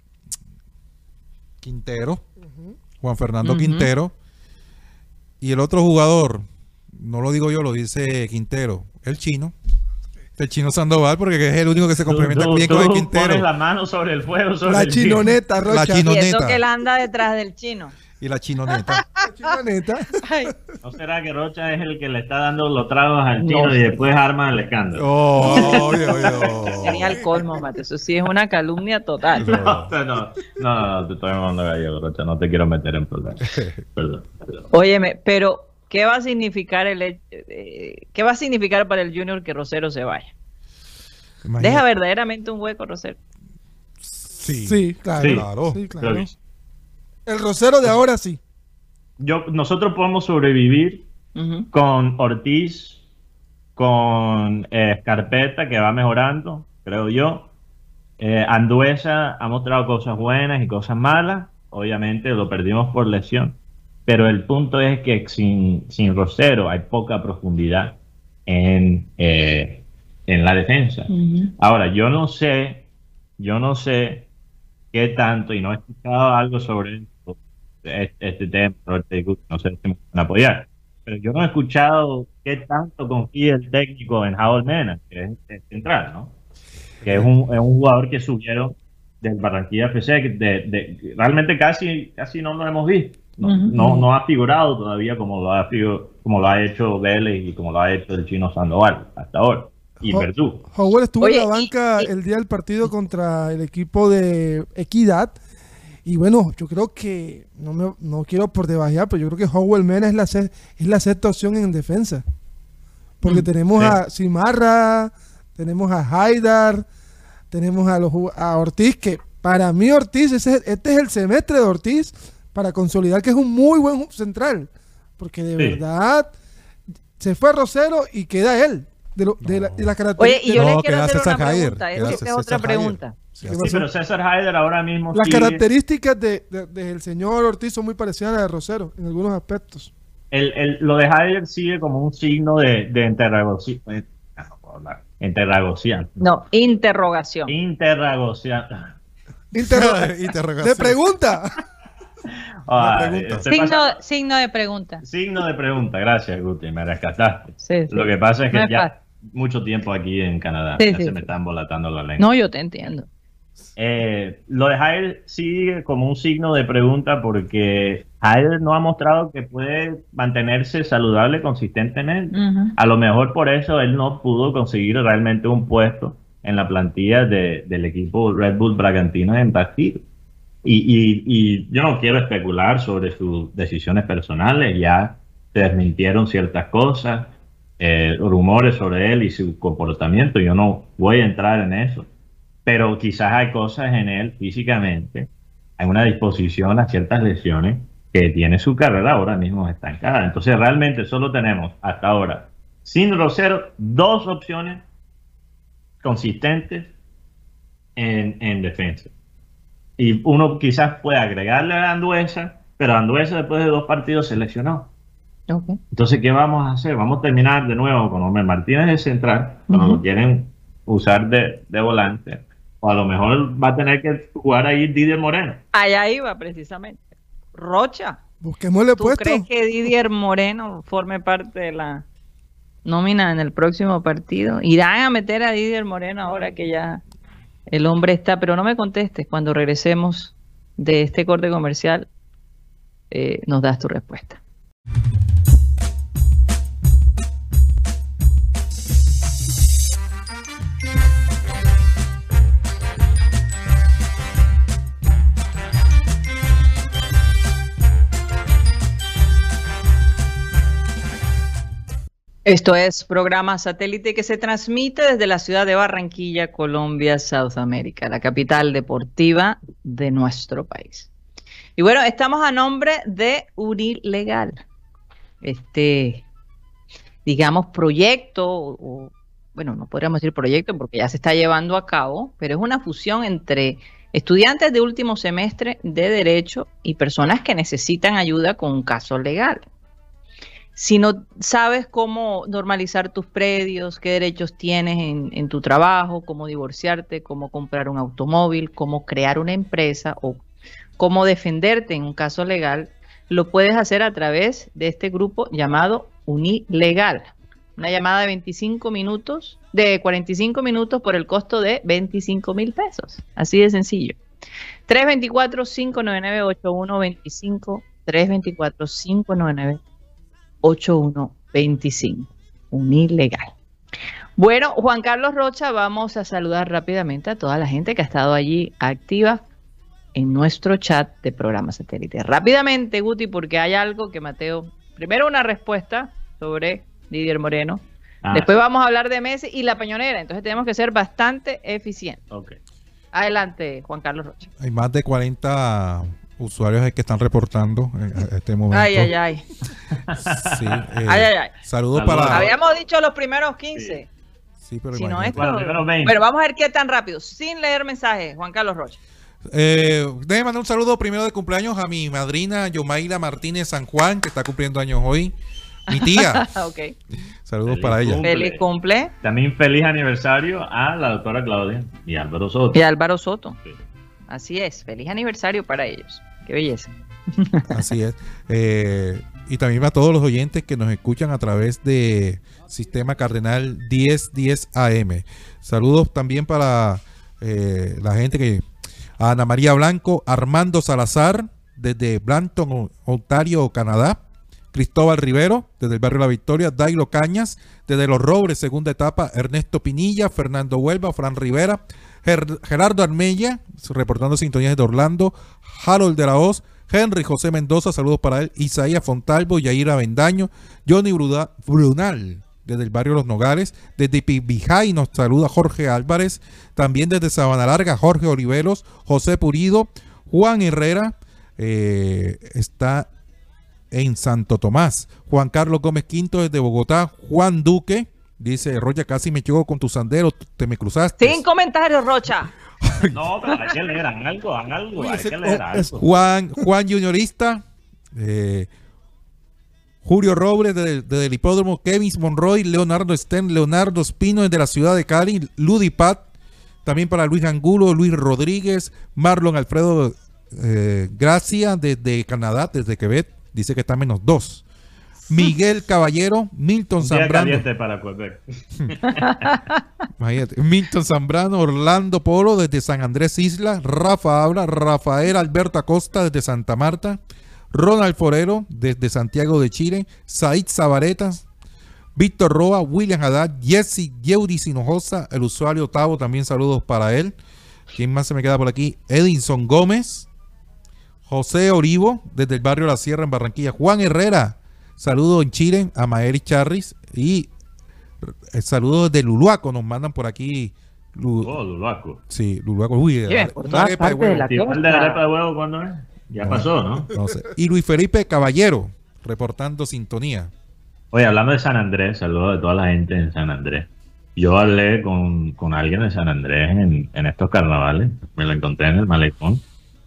Speaker 1: Quintero, Juan Fernando
Speaker 2: Ujú.
Speaker 1: Quintero. Y el otro jugador, no lo digo yo, lo dice Quintero, el chino. El chino Sandoval, porque es el único que se complementa bien con el
Speaker 3: Pones
Speaker 1: Quintero.
Speaker 3: la mano sobre el fuego, sobre
Speaker 4: La
Speaker 3: el chino.
Speaker 4: chinoneta, Rocha.
Speaker 1: La chino-
Speaker 2: Y eso
Speaker 1: Neta.
Speaker 2: que él anda detrás del chino.
Speaker 1: Y la chinoneta.
Speaker 4: La chinoneta.
Speaker 2: Ay,
Speaker 3: ¿No será que Rocha es el que le está dando los tragos al chino
Speaker 2: No.
Speaker 3: y después arma el escándalo?
Speaker 1: Oh, oye.
Speaker 2: sería el colmo, Mateo. Eso sí es una calumnia total.
Speaker 3: No, te estoy mandando gallego, Rocha, no te quiero meter en problemas. Perdón.
Speaker 2: Óyeme, pero ¿qué va a significar qué va a significar para el Junior que Rosero se vaya?
Speaker 1: Imagínate.
Speaker 2: Deja verdaderamente un hueco, Rosero.
Speaker 1: Sí,
Speaker 4: Sí, claro.
Speaker 3: Sí.
Speaker 1: claro.
Speaker 4: Sí,
Speaker 3: Creo
Speaker 4: claro.
Speaker 3: que sí.
Speaker 4: El Rosero de ahora sí.
Speaker 3: Nosotros podemos sobrevivir
Speaker 2: Ujú.
Speaker 3: con Ortiz, con Scarpetta, que va mejorando, creo yo. Anduesa ha mostrado cosas buenas y cosas malas. Obviamente lo perdimos por lesión. Pero el punto es que sin Rosero hay poca profundidad en la defensa.
Speaker 2: Ujú.
Speaker 3: Ahora, yo no sé qué tanto, y no he escuchado algo sobre este tema, no sé si me van a apoyar, pero yo no he escuchado qué tanto confía el técnico en Harold Mena, que es el central, ¿no? Que es un jugador que subieron del Barranquilla FC, realmente casi no lo hemos visto. No,
Speaker 2: Ujú.
Speaker 3: no ha figurado todavía como lo ha hecho Vélez y como lo ha hecho el Chino Sandoval hasta ahora. Y
Speaker 4: Jo-
Speaker 3: Verdú.
Speaker 4: Howell estuvo
Speaker 2: Oye,
Speaker 4: en la banca el día del partido contra el equipo de Equidad. Y bueno, yo creo que, no quiero por debajear, pero yo creo que Howell Mena es la sexta opción en defensa. Porque tenemos
Speaker 3: sí.
Speaker 4: a Simarra, tenemos a Haidar, tenemos a Ortiz, que para mí Ortiz, este es el semestre de Ortiz para consolidar que es un muy buen central. Porque de
Speaker 3: Sí.
Speaker 4: verdad se fue a Rosero y queda él. De las
Speaker 2: Oye, y
Speaker 4: características.
Speaker 2: yo
Speaker 1: No,
Speaker 2: les quiero
Speaker 1: queda
Speaker 2: hacer una
Speaker 1: César Haider,
Speaker 2: pregunta.
Speaker 1: queda
Speaker 2: Esa es
Speaker 1: César
Speaker 2: otra
Speaker 1: Haider.
Speaker 2: pregunta.
Speaker 1: Sí,
Speaker 4: ¿Qué
Speaker 3: Sí,
Speaker 4: pasó?
Speaker 3: pero César Haider ahora mismo
Speaker 4: Las
Speaker 3: sigue-
Speaker 4: características del señor Ortiz son muy parecidas a las de Rosero en algunos aspectos.
Speaker 3: lo de Haider sigue como un signo de interrogación. No puedo hablar. Interrogación.
Speaker 2: No, interrogación.
Speaker 3: Interrogación.
Speaker 1: Interrogación.
Speaker 4: De pregunta.
Speaker 1: pregunta.
Speaker 2: Signo de pregunta.
Speaker 3: Signo de pregunta, gracias Guti, me rescataste.
Speaker 2: Sí, sí.
Speaker 3: Lo que pasa es que
Speaker 2: No es
Speaker 3: ya
Speaker 2: fácil.
Speaker 3: mucho tiempo aquí en Canadá,
Speaker 2: Sí,
Speaker 3: ya
Speaker 2: sí,
Speaker 3: se
Speaker 2: sí.
Speaker 3: me están volatando la lengua.
Speaker 2: No, yo te entiendo.
Speaker 3: Lo de Haider sigue como un signo de pregunta porque Haider no ha mostrado que puede mantenerse saludable consistentemente.
Speaker 2: Ujú.
Speaker 3: A lo mejor por eso él no pudo conseguir realmente un puesto en la plantilla del equipo Red Bull Bragantino en partido. Y yo no quiero especular sobre sus decisiones personales, ya se desmintieron ciertas cosas, rumores sobre él y su comportamiento, yo no voy a entrar en eso, pero quizás hay cosas en él físicamente, hay una disposición a ciertas lesiones que tiene su carrera ahora mismo estancada. Entonces realmente solo tenemos hasta ahora, sin Rosero, dos opciones consistentes en defensa. Y uno quizás puede agregarle a Anduesa, pero Anduesa después de 2 partidos se lesionó.
Speaker 2: Ok.
Speaker 3: Entonces, ¿qué vamos a hacer? Vamos a terminar de nuevo con Omer Martínez de central, cuando
Speaker 2: Ujú.
Speaker 3: lo quieren usar de volante. O a lo mejor va a tener que jugar ahí Didier Moreno.
Speaker 2: Allá iba precisamente. Rocha,
Speaker 4: Busquémosle
Speaker 2: ¿tú
Speaker 4: puesto.
Speaker 2: crees que Didier Moreno forme parte de la nómina en el próximo partido? ¿Irán a meter a Didier Moreno ahora que ya el hombre está? Pero no me contestes, cuando regresemos de este corte comercial, nos das tu respuesta. Esto es programa satélite que se transmite desde la ciudad de Barranquilla, Colombia, Sudamérica, la capital deportiva de nuestro país. Y bueno, estamos a nombre de Unilegal, digamos, proyecto, bueno, no podríamos decir proyecto porque ya se está llevando a cabo, pero es una fusión entre estudiantes de último semestre de Derecho y personas que necesitan ayuda con un caso legal. Si no sabes cómo normalizar tus predios, qué derechos tienes en tu trabajo, cómo divorciarte, cómo comprar un automóvil, cómo crear una empresa o cómo defenderte en un caso legal, lo puedes hacer a través de este grupo llamado Unilegal. Una llamada de 25 minutos, de 45 minutos por el costo de 25,000 pesos. Así de sencillo. 324-599-8125, 324-599-8125. Unilegal. Bueno, Juan Carlos Rocha, vamos a saludar rápidamente a toda la gente que ha estado allí activa en nuestro chat de programa satélite. Rápidamente, Guti, porque hay algo que Mateo, primero una respuesta sobre Didier Moreno, después vamos a hablar de Messi y la Peñonera, entonces tenemos que ser bastante eficientes.
Speaker 3: Okay.
Speaker 2: Adelante, Juan Carlos Rocha.
Speaker 1: Hay más de 40 usuarios que están reportando en este momento.
Speaker 2: Ay, ay, ay.
Speaker 1: Sí,
Speaker 2: Ay, ay, ay.
Speaker 1: Saludos
Speaker 3: Saludos.
Speaker 1: para...
Speaker 2: Habíamos dicho los primeros 15.
Speaker 1: Sí, pero
Speaker 2: Si no
Speaker 1: imagínate.
Speaker 2: esto-
Speaker 3: Bueno, primero 20.
Speaker 2: Bueno, vamos a ver qué tan rápido, sin leer mensajes, Juan Carlos Rocha.
Speaker 1: Déjeme mandar un saludo primero de cumpleaños a mi madrina Yomaira Martínez San Juan, que está cumpliendo años hoy. Mi tía.
Speaker 2: Ok.
Speaker 1: Saludos
Speaker 3: Feliz
Speaker 1: para ella.
Speaker 3: cumple.
Speaker 2: Feliz cumple.
Speaker 3: También feliz aniversario a la doctora Claudia y a Álvaro Soto.
Speaker 2: Y Álvaro Soto.
Speaker 3: Sí.
Speaker 2: Así es, feliz aniversario para ellos. Qué belleza.
Speaker 1: Así es. Y también a todos los oyentes que nos escuchan a través de Sistema Cardenal 1010 AM. Saludos también para la gente que a Ana María Blanco, Armando Salazar, desde Brampton, Ontario, Canadá, Cristóbal Rivero, desde el barrio La Victoria, Dailo Cañas, desde Los Robres, segunda etapa, Ernesto Pinilla, Fernando Huelva, Fran Rivera, Gerardo Armella, reportando sintonías de Orlando, Harold de la Hoz, Henry José Mendoza, saludos para él, Isaías Fontalvo, Yair Avendaño, Johnny Brunal, desde el barrio Los Nogales, desde Pibijay nos saluda Jorge Álvarez, también desde Sabana Larga, Jorge Oliveros, José Purido, Juan Herrera, está en Santo Tomás, Juan Carlos Gómez Quinto desde Bogotá, Juan Duque, dice, Rocha, casi me choco con tu sandero, te me cruzaste.
Speaker 2: Sin comentarios, Rocha.
Speaker 3: No, pero hay que leer, hagan algo, hay que leer algo.
Speaker 1: Juan Juniorista, Julio Robles desde el hipódromo, Kevin Monroy, Leonardo Stern, Leonardo Espino desde la ciudad de Cali, Ludipat, también para Luis Angulo, Luis Rodríguez, Marlon Alfredo Gracia desde Canadá, desde Quebec, dice que está -2. Miguel Caballero, Milton Zambrano.
Speaker 3: Para Quebec.
Speaker 1: Imagínate, Milton Zambrano, Orlando Polo desde San Andrés Isla, Rafa Habla, Rafael Alberto Acosta desde Santa Marta, Ronald Forero desde Santiago de Chile, Said Zabaretas, Víctor Roa, William Haddad, Jesse Yeudis Hinojosa, el usuario Tavo, también saludos para él. ¿Quién más se me queda por aquí? Edinson Gómez, José Orivo desde el barrio La Sierra en Barranquilla, Juan Herrera, saludos en Chile a Maeri Charris y saludos desde Luluaco, nos mandan por aquí.
Speaker 3: Luluaco.
Speaker 1: Sí, Luluaco. Uy,
Speaker 2: una arepa de huevo.
Speaker 3: ¿El de arepa de huevo cuándo es? Ya pasó, ¿no?
Speaker 1: No sé. Y Luis Felipe Caballero, reportando sintonía.
Speaker 3: Oye, hablando de San Andrés, saludos de toda la gente en San Andrés. Yo hablé con alguien de San Andrés en estos carnavales, me lo encontré en el malecón.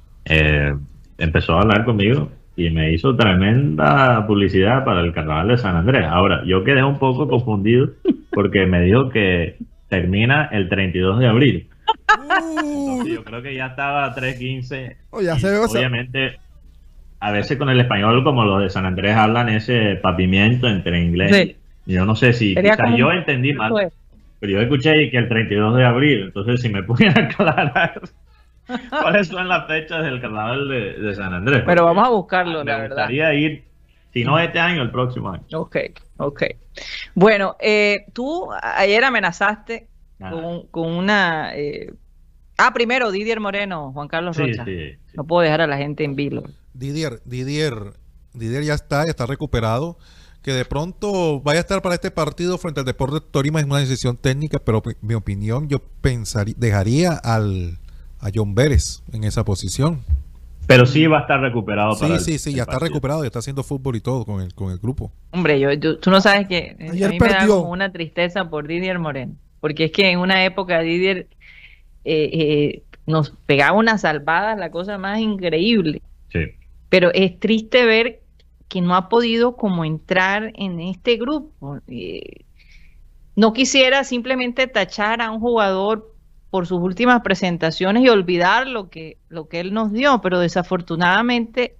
Speaker 3: Empezó a hablar conmigo y me hizo tremenda publicidad para el carnaval de San Andrés. Ahora, yo quedé un poco confundido porque me dijo que termina el 32 de abril. Entonces, yo creo que ya estaba 3:15. Obviamente, a veces con el español, como los de San Andrés hablan ese papimiento entre inglés. Sí. Yo no sé si quizás yo entendí mal, pero yo escuché que el 32 de abril. Entonces, si me pudieran aclarar cuáles son las fechas del carnaval de San Andrés.
Speaker 2: Pero vamos a buscarlo, la verdad.
Speaker 3: Me gustaría ir, si no este año, el próximo año.
Speaker 2: Ok. Bueno, tú ayer amenazaste con una... primero, Didier Moreno, Juan Carlos Rocha. Sí. No puedo dejar a la gente en vilo.
Speaker 1: Didier ya está recuperado. Que de pronto vaya a estar para este partido frente al Deportes Tolima es una decisión técnica, pero mi opinión, yo dejaría a John Vélez en esa posición.
Speaker 3: Pero sí va a estar recuperado.
Speaker 1: Sí, ya está recuperado, ya está haciendo fútbol y todo con el grupo.
Speaker 2: Hombre, tú no sabes que a mí me da como una tristeza por Didier Moreno, porque es que en una época Didier nos pegaba unas salvadas, la cosa más increíble.
Speaker 3: Sí.
Speaker 2: Pero es triste ver que no ha podido como entrar en este grupo. No quisiera simplemente tachar a un jugador por sus últimas presentaciones y olvidar lo que él nos dio, pero desafortunadamente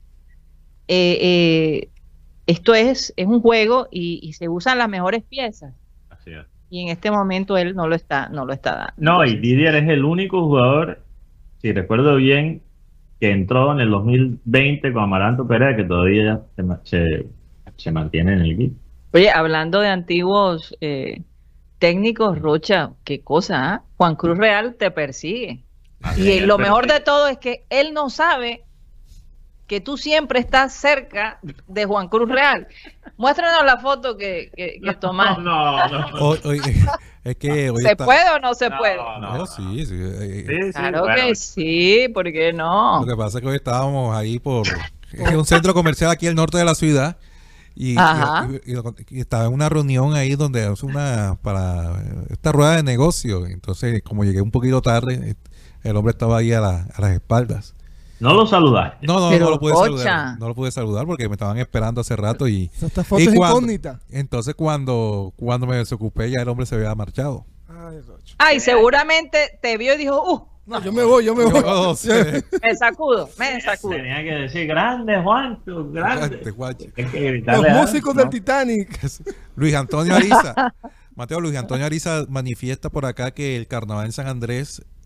Speaker 2: esto es un juego y se usan las mejores piezas.
Speaker 3: Así es.
Speaker 2: Y en este momento él no lo está dando.
Speaker 3: No, y Didier es el único jugador, si recuerdo bien, que entró en el 2020 con Amaranto Perea, que todavía se mantiene en el equipo.
Speaker 2: Oye, hablando de antiguos técnicos, Rocha, qué cosa, ¿eh? Juan Cruz Real te persigue. Y lo mejor de todo es que él no sabe que tú siempre estás cerca de Juan Cruz Real. Muéstranos la foto que tomaste.
Speaker 3: No.
Speaker 1: Es que hoy
Speaker 2: ¿Se puede o no se puede?
Speaker 1: No, sí.
Speaker 2: Claro que sí, ¿por qué no?
Speaker 1: Lo que pasa es que hoy estábamos ahí es un centro comercial aquí al norte de la ciudad y estaba en una reunión ahí donde es para esta rueda de negocio. Entonces, como llegué un poquito tarde, el hombre estaba ahí a las espaldas.
Speaker 3: No lo saludaste.
Speaker 1: No lo pude saludar. No lo pude saludar porque me estaban esperando hace rato
Speaker 4: esta foto es incógnita.
Speaker 1: Entonces cuando me desocupé ya el hombre se había marchado.
Speaker 2: Ay, seguramente te vio y dijo,
Speaker 4: no, yo me voy.
Speaker 1: No sé.
Speaker 2: Me sacudo.
Speaker 3: Tenía que decir, grande Juancho, grande.
Speaker 4: Los músicos del Titanic.
Speaker 1: Luis Antonio Ariza. Mateo, Luis Antonio Ariza manifiesta por acá que el carnaval en San Andrés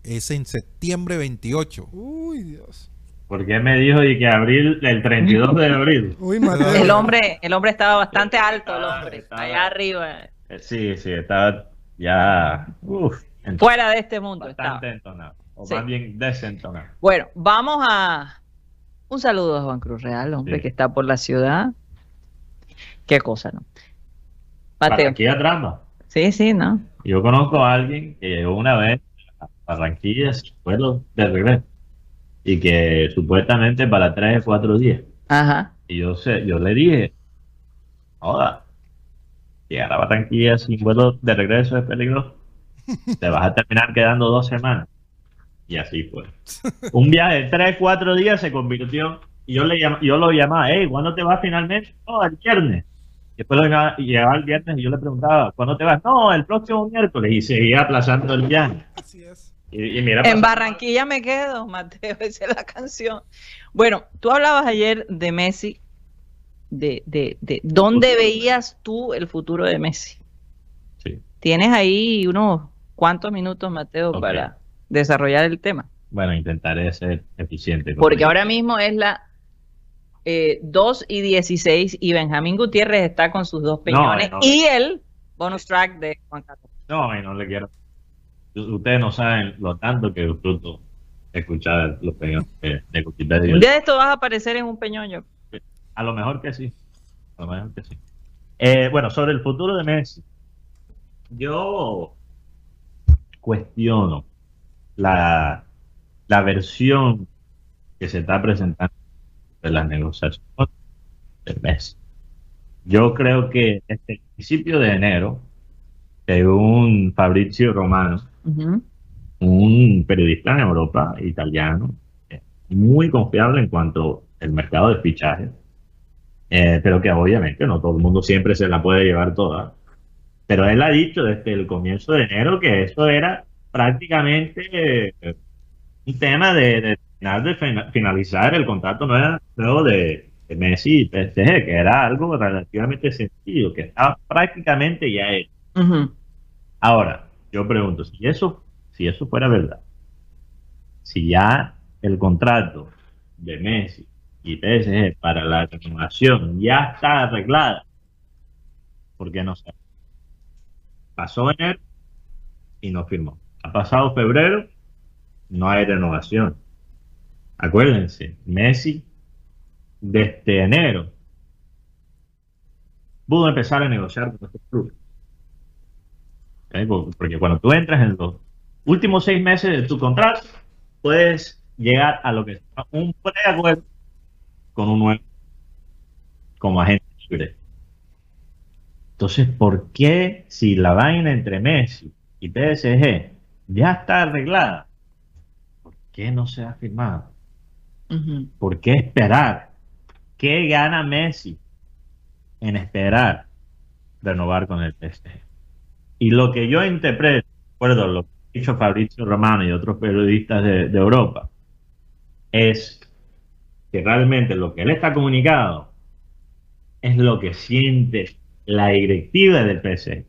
Speaker 1: es en septiembre 28.
Speaker 4: Uy, Dios.
Speaker 3: Porque me dijo y que abril, el 32 de abril.
Speaker 4: Uy, Mateo.
Speaker 2: El hombre estaba bastante alto, el hombre,
Speaker 3: Estaba-
Speaker 2: allá arriba,
Speaker 3: Sí, estaba ya
Speaker 2: fuera de este mundo estaba.
Speaker 3: bastante entonado, o
Speaker 2: Sí.
Speaker 3: más bien desentonado.
Speaker 2: Bueno, vamos a un saludo a Juan Cruz Real, hombre,
Speaker 3: Sí.
Speaker 2: que está por la ciudad. Qué cosa, ¿no? Mateo.
Speaker 3: Barranquilla trampa.
Speaker 2: Sí, ¿no?
Speaker 3: Yo conozco a alguien que llegó una vez a Barranquilla sin vuelo de regreso y que supuestamente para 3 o 4 días.
Speaker 2: Ajá.
Speaker 3: Y yo le dije, joda, llegar a Barranquilla sin vuelo de regreso es peligroso. Te vas a terminar quedando 2 semanas. Y así fue. Un viaje de 3, 4 días se convirtió. Y yo lo llamaba, hey, ¿cuándo te vas finalmente? No, el viernes. Después llegaba el viernes y yo le preguntaba, ¿cuándo te vas? No, el próximo miércoles. Y seguía aplazando el viaje.
Speaker 4: Así es.
Speaker 3: Y mira,
Speaker 2: En Barranquilla me quedo, Mateo, esa es la canción. Bueno, tú hablabas ayer de Messi, de dónde veías tú el futuro de Messi.
Speaker 3: Sí.
Speaker 2: Tienes ahí unos cuantos minutos, Mateo,
Speaker 3: Ok.
Speaker 2: para desarrollar el tema.
Speaker 3: Bueno, intentaré ser eficiente.
Speaker 2: Porque ahora mismo es la 2:16 y Benjamín Gutiérrez está con sus 2 peñones
Speaker 3: no.
Speaker 2: y el bonus track de Juan Carlos.
Speaker 3: No, y no le quiero. Ustedes no saben lo tanto que disfruto escuchar los peñones de Wikipedia.
Speaker 2: Un día de esto vas a aparecer en un peñoño.
Speaker 3: A lo mejor que sí. A lo mejor que sí. Bueno, sobre el futuro de Messi. Yo cuestiono la versión que se está presentando de las negociaciones de Messi. Yo creo que desde el principio de enero, según Fabrizio Romano,
Speaker 2: Ujú.
Speaker 3: un periodista en Europa, italiano, muy confiable en cuanto al mercado de fichajes, pero que obviamente no todo el mundo siempre se la puede llevar toda. Pero él ha dicho desde el comienzo de enero que eso era prácticamente un tema de finalizar el contrato nuevo de Messi y PSG, que era algo relativamente sencillo, que estaba prácticamente ya hecho.
Speaker 2: Ujú.
Speaker 3: Ahora, yo pregunto, si eso fuera verdad, si ya el contrato de Messi y PSG para la renovación ya está arreglada, ¿por qué no se? Pasó enero y no firmó. Ha pasado febrero, no hay renovación. Acuérdense, Messi desde enero pudo empezar a negociar con estos clubes. Porque cuando tú entras en los últimos 6 meses de tu contrato, puedes llegar a lo que es un preacuerdo con un nuevo como agente libre. Entonces, ¿por qué si la vaina entre Messi y PSG ya está arreglada, por qué no se ha firmado?
Speaker 2: Ujú.
Speaker 3: ¿Por qué esperar? ¿Qué gana Messi en esperar renovar con el PSG? Y lo que yo interpreto, de acuerdo a lo que ha dicho Fabrizio Romano y otros periodistas de Europa, es que realmente lo que él está comunicado es lo que siente la directiva del PSG.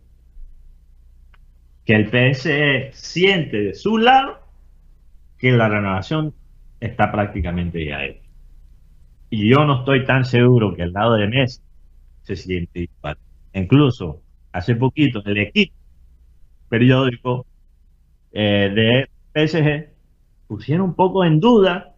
Speaker 3: Que el PSG siente de su lado que la renovación está prácticamente ya hecha. Y yo no estoy tan seguro que el lado de Messi se siente igual. Incluso hace poquito el equipo periódico de PSG pusieron un poco en duda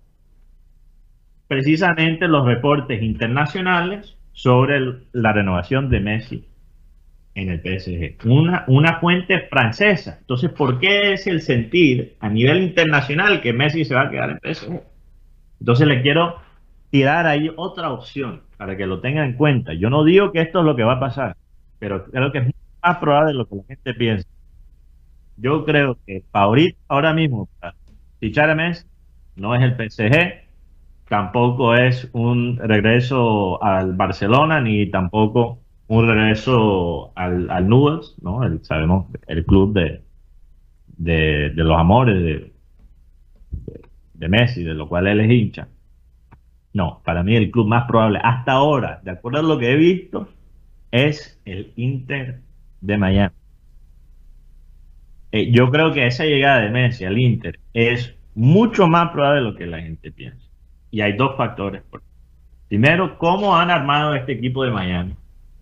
Speaker 3: precisamente los reportes internacionales sobre la renovación de Messi en el PSG. Una fuente francesa. Entonces, ¿por qué es el sentir a nivel internacional que Messi se va a quedar en PSG? Entonces le quiero tirar ahí otra opción para que lo tengan en cuenta. Yo no digo que esto es lo que va a pasar, pero creo que es más probable de lo que la gente piensa. Yo creo que favorito ahora mismo para fichar a Messi no es el PSG, tampoco es un regreso al Barcelona, ni tampoco un regreso al Newell's, ¿no? Sabemos el club de los amores de Messi, de lo cual él es hincha. No, para mí el club más probable hasta ahora, de acuerdo a lo que he visto, es el Inter de Miami. Yo creo que esa llegada de Messi al Inter es mucho más probable de lo que la gente piensa. Y hay dos factores. Primero, cómo han armado este equipo de Miami.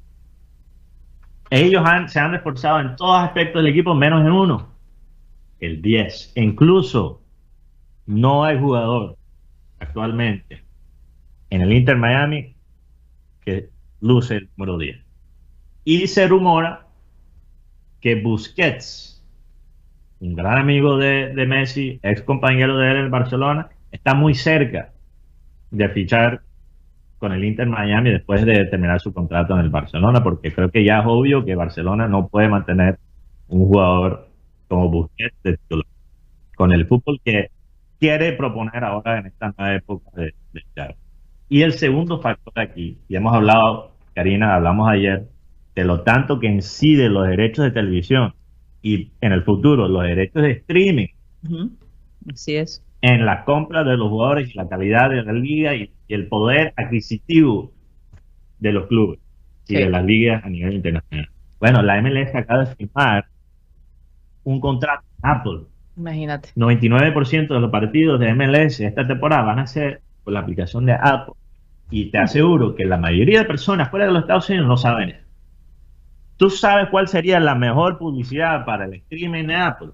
Speaker 3: Ellos se han reforzado en todos aspectos del equipo, menos en uno, el 10. Incluso no hay jugador actualmente en el Inter Miami que luce el número 10. Y se rumora que Busquets, un gran amigo de Messi, ex compañero de él en Barcelona, está muy cerca de fichar con el Inter Miami después de terminar su contrato en el Barcelona, porque creo que ya es obvio que Barcelona no puede mantener un jugador como Busquets de titular, con el fútbol que quiere proponer ahora en esta nueva época de Xavi. Y el segundo factor aquí, y hemos hablado, Karina, hablamos ayer, de lo tanto que incide los derechos de televisión y en el futuro los derechos de streaming.
Speaker 2: Así es.
Speaker 3: En la compra de los jugadores y la calidad de la liga y el poder adquisitivo de los clubes y de las ligas a nivel internacional. Bueno, la MLS acaba de firmar un contrato con Apple.
Speaker 2: Imagínate.
Speaker 3: 99% de los partidos de MLS esta temporada van a ser por la aplicación de Apple. Y te aseguro que la mayoría de personas fuera de los Estados Unidos no saben eso. ¿Tú sabes cuál sería la mejor publicidad para el streaming de Apple?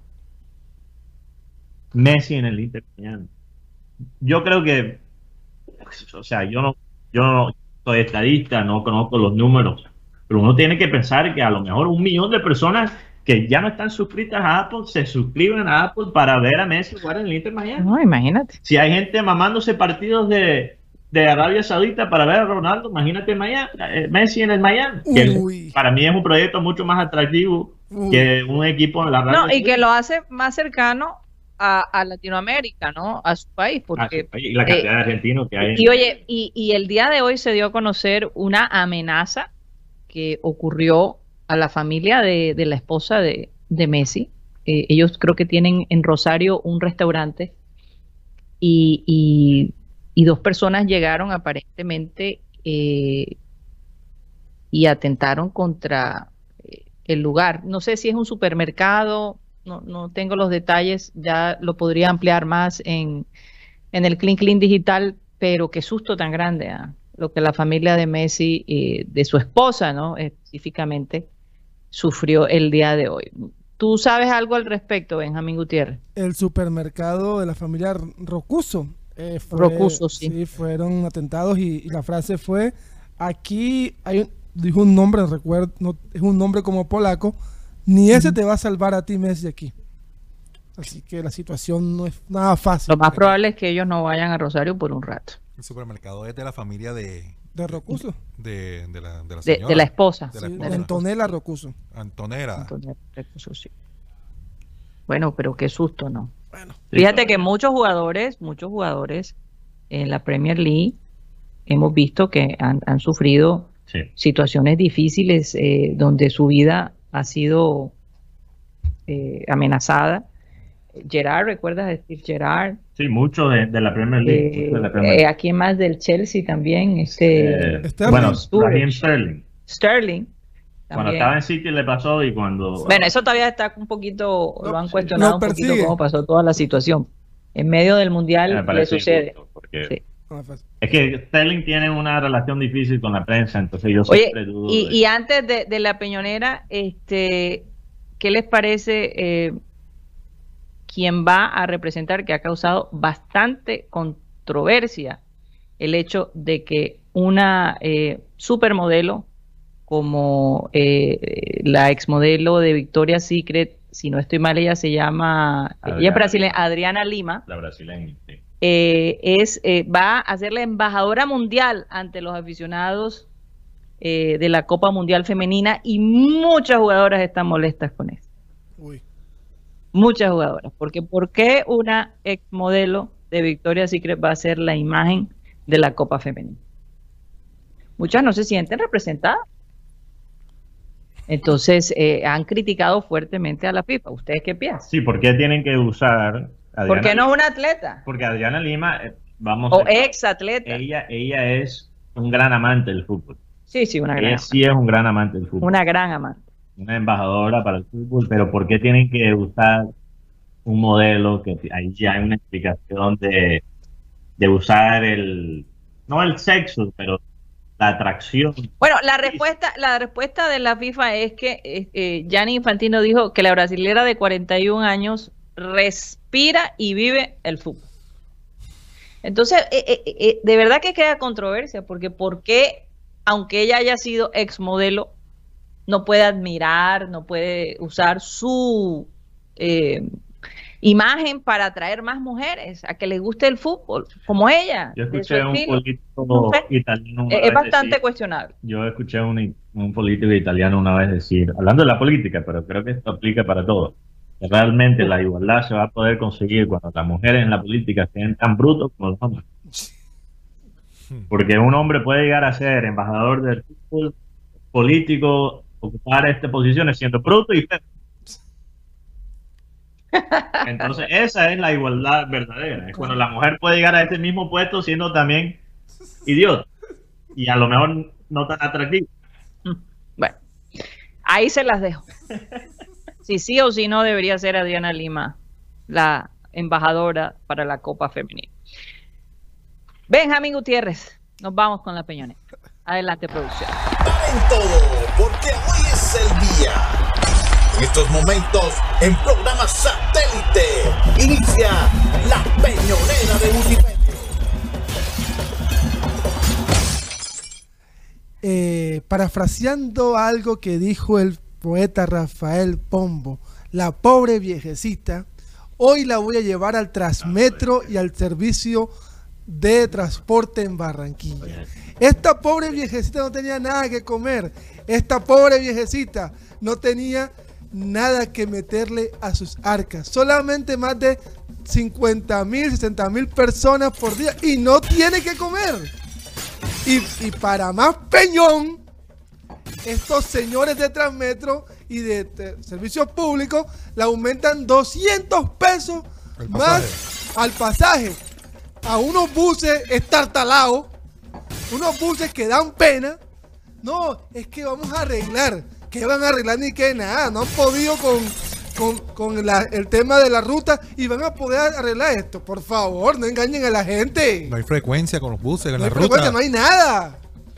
Speaker 3: Messi en el Inter Miami. Yo creo que, o sea, yo no soy estadista, no conozco los números, pero uno tiene que pensar que a lo mejor 1 millón de personas que ya no están suscritas a Apple se suscriben a Apple para ver a Messi jugar en el Inter Miami.
Speaker 2: No, imagínate.
Speaker 3: Si hay gente mamándose partidos de Arabia Saudita para ver a Ronaldo, imagínate Messi en el Miami. Que para mí es un proyecto mucho más atractivo que un equipo en la Arabia Saudita.
Speaker 2: Y que lo hace más cercano a Latinoamérica, ¿no? A su país, porque
Speaker 3: y la cantidad de argentinos que hay.
Speaker 2: Y oye, y el día de hoy se dio a conocer una amenaza que ocurrió a la familia de la esposa de Messi. Ellos creo que tienen en Rosario un restaurante y 2 personas llegaron aparentemente y atentaron contra el lugar. No sé si es un supermercado. No tengo los detalles, ya lo podría ampliar más en el Clean Digital, pero qué susto tan grande, lo que la familia de Messi, de su esposa, ¿no? Específicamente, sufrió el día de hoy. ¿Tú sabes algo al respecto, Benjamín Gutiérrez?
Speaker 4: El supermercado de la familia Rocuso.
Speaker 2: Rocuso, sí.
Speaker 4: Sí, fueron atentados y la frase fue, aquí dijo un nombre, recuerdo, no, es un nombre como polaco, ni ese te va a salvar a ti, Messi, aquí. Así que la situación no es nada fácil.
Speaker 2: Lo más probable es que ellos no vayan a Rosario por un rato.
Speaker 1: El supermercado es de la familia de
Speaker 4: Rocuso.
Speaker 1: De la señora.
Speaker 2: De la esposa.
Speaker 4: Sí, Antonella Rocuso.
Speaker 1: Antonella
Speaker 2: Rocuso, sí. Bueno, pero qué susto, ¿no?
Speaker 4: Bueno.
Speaker 2: Fíjate que muchos jugadores en la Premier League hemos visto que han sufrido situaciones difíciles donde su vida ha sido amenazada. Gerard, ¿recuerdas de Steve Gerrard?
Speaker 3: Sí, mucho de la Premier League.
Speaker 2: Aquí más del Chelsea también.
Speaker 3: Bueno, Raheem Sterling.
Speaker 2: Sterling.
Speaker 3: Cuando estaba en City le pasó y cuando...
Speaker 2: Bueno, eso todavía está un poquito, lo han cuestionado un poquito cómo pasó toda la situación. En medio del Mundial le sucede.
Speaker 3: Es que Sterling tiene una relación difícil con la prensa, entonces yo siempre dudo.
Speaker 2: Y antes de la Peñonera, ¿qué les parece quién va a representar, que ha causado bastante controversia, el hecho de que una supermodelo como la exmodelo de Victoria's Secret, si no estoy mal, ella se llama Adriana Lima,
Speaker 3: la brasileña, sí.
Speaker 2: Va a ser la embajadora mundial ante los aficionados de la Copa Mundial Femenina, y muchas jugadoras están molestas con eso. Muchas jugadoras, porque ¿por qué una exmodelo de Victoria's Secret va a ser la imagen de la Copa Femenina? Muchas no se sienten representadas. Entonces han criticado fuertemente a la FIFA. ¿Ustedes qué piensan?
Speaker 3: Sí, ¿por qué tienen que usar Adriana?
Speaker 2: ¿Por qué no es una atleta?
Speaker 3: Porque Adriana Lima,
Speaker 2: ex atleta.
Speaker 3: Ella es un gran amante del fútbol.
Speaker 2: Sí, una gran
Speaker 3: amante. Sí es un gran amante del fútbol.
Speaker 2: Una gran amante.
Speaker 3: una embajadora para el fútbol, pero ¿por qué tienen que usar un modelo que ahí ya hay una explicación de usar no el sexo, pero la atracción?
Speaker 2: Bueno, la respuesta de la FIFA es que Gianni Infantino dijo que la brasilera de 41 años respira y vive el fútbol. Entonces, de verdad que crea controversia, porque ¿por qué, aunque ella haya sido exmodelo, no puede admirar, no puede usar su imagen para atraer más mujeres a que les guste el fútbol, como ella?
Speaker 3: Yo escuché un político italiano
Speaker 2: es bastante cuestionable.
Speaker 3: Yo escuché un político italiano una vez decir, hablando de la política, pero creo que esto aplica para todo, que realmente la igualdad se va a poder conseguir cuando las mujeres en la política sean tan brutos como los hombres. Porque un hombre puede llegar a ser embajador del fútbol, político, ocupar estas posiciones siendo bruto y feo. Entonces esa es la igualdad verdadera, es cuando la mujer puede llegar a este mismo puesto siendo también idiota y a lo mejor no tan atractivo.
Speaker 2: Bueno, ahí se las dejo. Si sí o si no debería ser Adriana Lima la embajadora para la Copa Femenina. Benjamín Gutiérrez, nos vamos con la Peñonera. Adelante, producción.
Speaker 5: En todo, porque hoy es el día. En estos momentos, en programa satélite, inicia la Peñonera de
Speaker 4: Wikipedia. Parafraseando algo que dijo el poeta Rafael Pombo, la pobre viejecita, hoy la voy a llevar al Transmetro y al servicio de transporte en Barranquilla. Esta pobre viejecita no tenía nada que comer. Esta pobre viejecita no tenía nada que meterle a sus arcas. Solamente más de 50.000, 60.000 personas por día y no tiene que comer. Y para más peñón, estos señores de Transmetro y de servicios públicos le aumentan 200 pesos más al pasaje. A unos buses estartalados, unos buses que dan pena. No, es que vamos a arreglar. ¿Qué van a arreglar ni qué nada? No han podido con el tema de la ruta y van a poder arreglar esto. Por favor, no engañen a la gente.
Speaker 1: No hay frecuencia con los buses en
Speaker 4: no
Speaker 1: la ruta.
Speaker 4: No hay nada.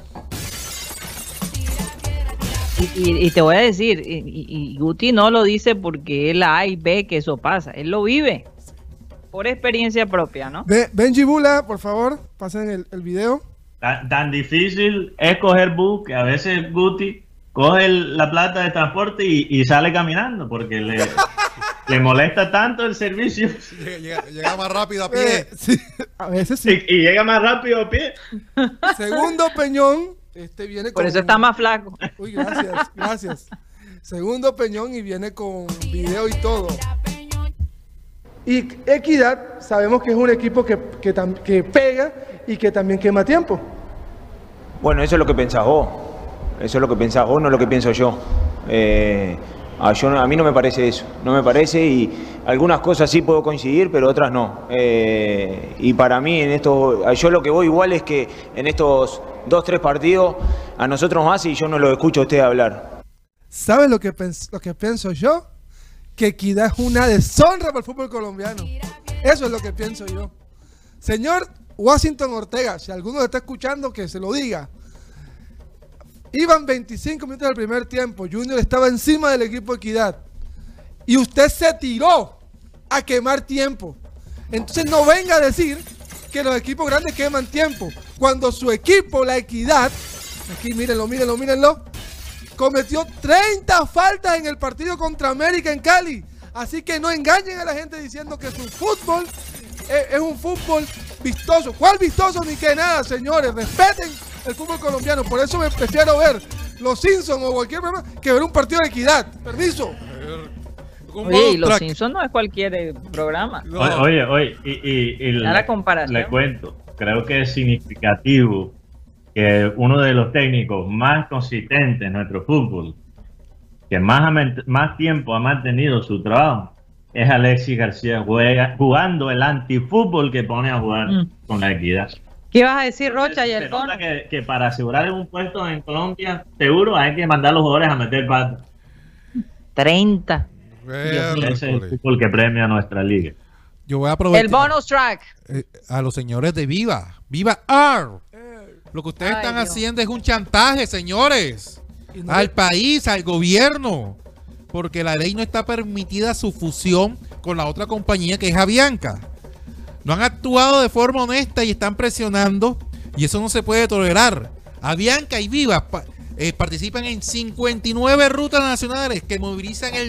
Speaker 2: Y te voy a decir, y Guti no lo dice porque él ve que eso pasa. Él lo vive por experiencia propia, ¿no?
Speaker 4: Benji Bula, por favor, pasen el video.
Speaker 3: Tan difícil es coger bus que a veces Guti coge la plata de transporte y sale caminando porque le molesta tanto el servicio.
Speaker 1: Llega más rápido a pie.
Speaker 4: Sí, a veces sí.
Speaker 3: Y llega más rápido a pie.
Speaker 4: Segundo Peñón, viene
Speaker 2: por eso está más flaco.
Speaker 4: Uy, gracias. Segundo Peñón y viene con video y todo. Y Equidad, sabemos que es un equipo que pega y que también quema tiempo.
Speaker 6: Bueno, eso es lo que pensás vos. Eso es lo que pensás vos, no es lo que pienso yo. A mí no me parece eso. No me parece y algunas cosas sí puedo coincidir, pero otras no. Y para mí, yo lo que voy igual es que en estos 2-3 partidos a nosotros más y yo no lo escucho a usted hablar.
Speaker 4: ¿Sabes lo que pienso yo? Que Equidad es una deshonra para el fútbol colombiano. Eso es lo que pienso yo. Señor Washington Ortega, si alguno está escuchando, que se lo diga. Iban 25 minutos del primer tiempo. Junior estaba encima del equipo Equidad. Y usted se tiró a quemar tiempo. Entonces no venga a decir que los equipos grandes queman tiempo. Cuando su equipo, la Equidad, aquí mírenlo, cometió 30 faltas en el partido contra América en Cali. Así que no engañen a la gente diciendo que su fútbol es un fútbol vistoso. ¿Cuál vistoso ni que nada, señores? Respeten el fútbol colombiano. Por eso me prefiero ver Los Simpsons o cualquier programa que ver un partido de Equidad. Permiso.
Speaker 2: Oye, y Los Simpsons no es cualquier programa.
Speaker 3: No. Oye, y
Speaker 2: la comparación.
Speaker 3: Le cuento, creo que es significativo que uno de los técnicos más consistentes en nuestro fútbol, que más tiempo ha mantenido su trabajo, es Alexis García, jugando el antifútbol que pone a jugar con la Equidad.
Speaker 2: ¿Qué vas a decir, Rocha y el Cono?
Speaker 3: Que para asegurar un puesto en Colombia seguro hay que mandar a los jugadores a meter patas.
Speaker 2: 30. Dios mío.
Speaker 3: Ese es el fútbol que premia a nuestra liga.
Speaker 1: Yo voy a aprovechar
Speaker 2: El bonus track.
Speaker 1: a los señores de Viva R. Lo que ustedes están
Speaker 2: Dios.
Speaker 1: haciendo es un chantaje, señores, al país, al gobierno, porque la ley no está permitida su fusión con la otra compañía que es Avianca. No han actuado de forma honesta y están presionando, y eso no se puede tolerar. Avianca y Viva participan en 59 rutas nacionales que movilizan el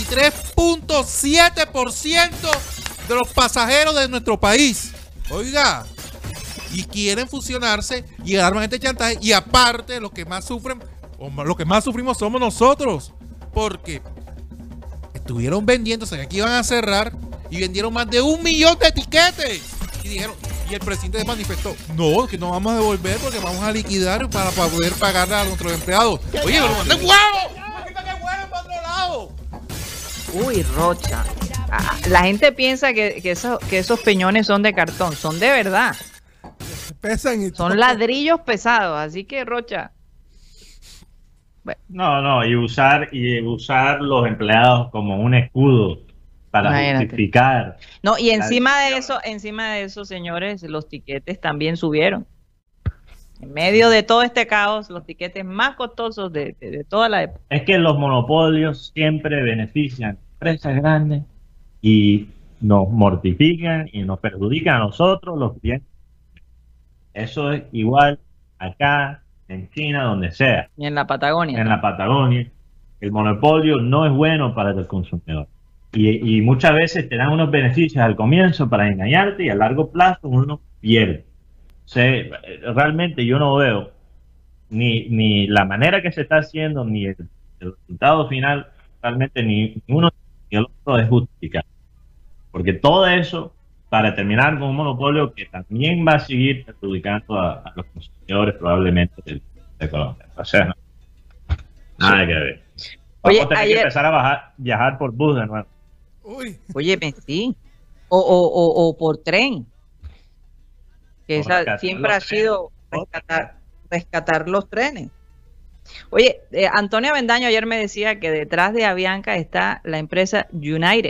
Speaker 1: 93.7% de los pasajeros de nuestro país. Oiga, y quieren fusionarse y arman este chantaje, y aparte los que más sufren, o los que más sufrimos somos nosotros, porque estuvieron vendiéndose, aquí iban a cerrar y vendieron más de 1 millón de tiquetes y dijeron, y el presidente manifestó, no, que no vamos a devolver porque vamos a liquidar para poder pagarle a nuestros empleados. Oye, pero manden huevo, que huevo para otro lado.
Speaker 2: Uy, Rocha. La gente piensa que esos peñones son de cartón, son de verdad.
Speaker 4: Pesan y
Speaker 2: Son ladrillos pesados, así que Rocha. Bueno,
Speaker 3: No, y usar los empleados como un escudo para
Speaker 2: Imagínate.
Speaker 3: justificar.
Speaker 2: no, y encima de eso, señores, los tiquetes también subieron. En medio de todo este caos, los tiquetes más costosos de toda la época.
Speaker 3: Es que los monopolios siempre benefician a empresas grandes y nos mortifican y nos perjudican a nosotros, los clientes. Eso es igual acá, en China, donde sea.
Speaker 2: Y en la Patagonia.
Speaker 3: En la Patagonia, el monopolio no es bueno para el consumidor. Y muchas veces te dan unos beneficios al comienzo para engañarte y a largo plazo uno pierde. O sea, realmente yo no veo ni la manera que se está haciendo, ni el resultado final, realmente ni uno ni el otro es justificado. Porque todo eso, para terminar con un monopolio que también va a seguir perjudicando a los consumidores probablemente de Colombia. O sea, no, nada que ver. Vamos
Speaker 2: Oye,
Speaker 3: a tener que empezar a viajar por bus de nuevo.
Speaker 4: Uy,
Speaker 2: Óyeme, sí. O por tren. Que
Speaker 3: O
Speaker 2: esa
Speaker 3: rescatar
Speaker 2: siempre
Speaker 3: los
Speaker 2: ha sido rescatar los trenes. Oye, Antonio Avendaño ayer me decía que detrás de Avianca está la empresa United,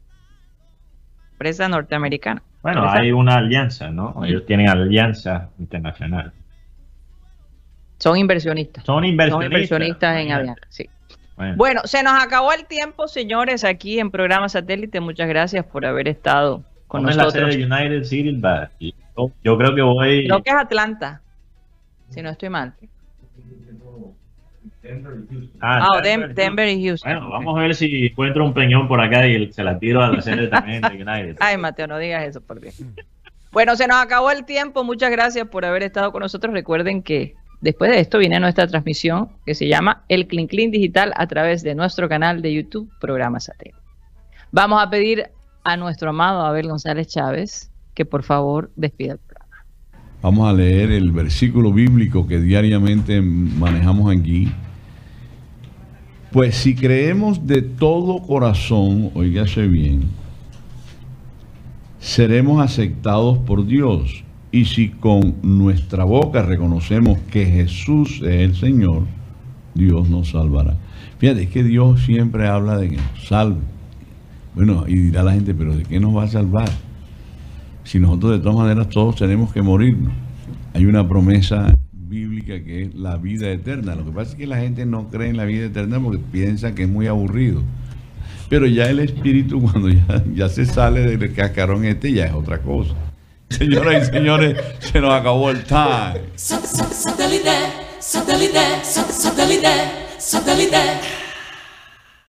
Speaker 2: empresa norteamericana.
Speaker 3: Bueno,
Speaker 2: Interesante.
Speaker 3: hay una alianza, ¿no? Ellos tienen alianza internacional.
Speaker 2: Son inversionistas.
Speaker 3: Son inversionistas.
Speaker 2: En Avianca, sí.
Speaker 3: Bueno,
Speaker 2: Bueno, se nos acabó el tiempo, señores, aquí en Programa Satélite. Muchas gracias por haber estado con
Speaker 3: ¿cómo es la
Speaker 2: nosotros.
Speaker 3: sede de United City? Yo creo que voy...
Speaker 2: Creo que es Atlanta, si no estoy mal. Denver y Houston.
Speaker 3: Bueno, vamos a ver si encuentro un peñón por acá y se la tiro a la sede también de United.
Speaker 2: Ay, Mateo, no digas eso, por Dios. Bueno, se nos acabó el tiempo. Muchas gracias por haber estado con nosotros. Recuerden que después de esto viene nuestra transmisión que se llama El Clean Clean Digital a través de nuestro canal de YouTube, Programa Satélite. Vamos a pedir a nuestro amado Abel González Chávez que por favor despida el programa.
Speaker 7: Vamos a leer el versículo bíblico que diariamente manejamos aquí. Pues si creemos de todo corazón, óigase bien, seremos aceptados por Dios. Y si con nuestra boca reconocemos que Jesús es el Señor, Dios nos salvará. Fíjate, es que Dios siempre habla de que nos salve. Bueno, y dirá la gente, pero ¿de qué nos va a salvar? Si nosotros de todas maneras todos tenemos que morirnos. Hay una promesa bíblica que es la vida eterna. Lo que pasa es que la gente no cree en la vida eterna porque piensa que es muy aburrido. Pero ya el espíritu, cuando ya se sale del cascarón ya es otra cosa. Señoras y señores, se nos acabó el time.
Speaker 8: Satellite.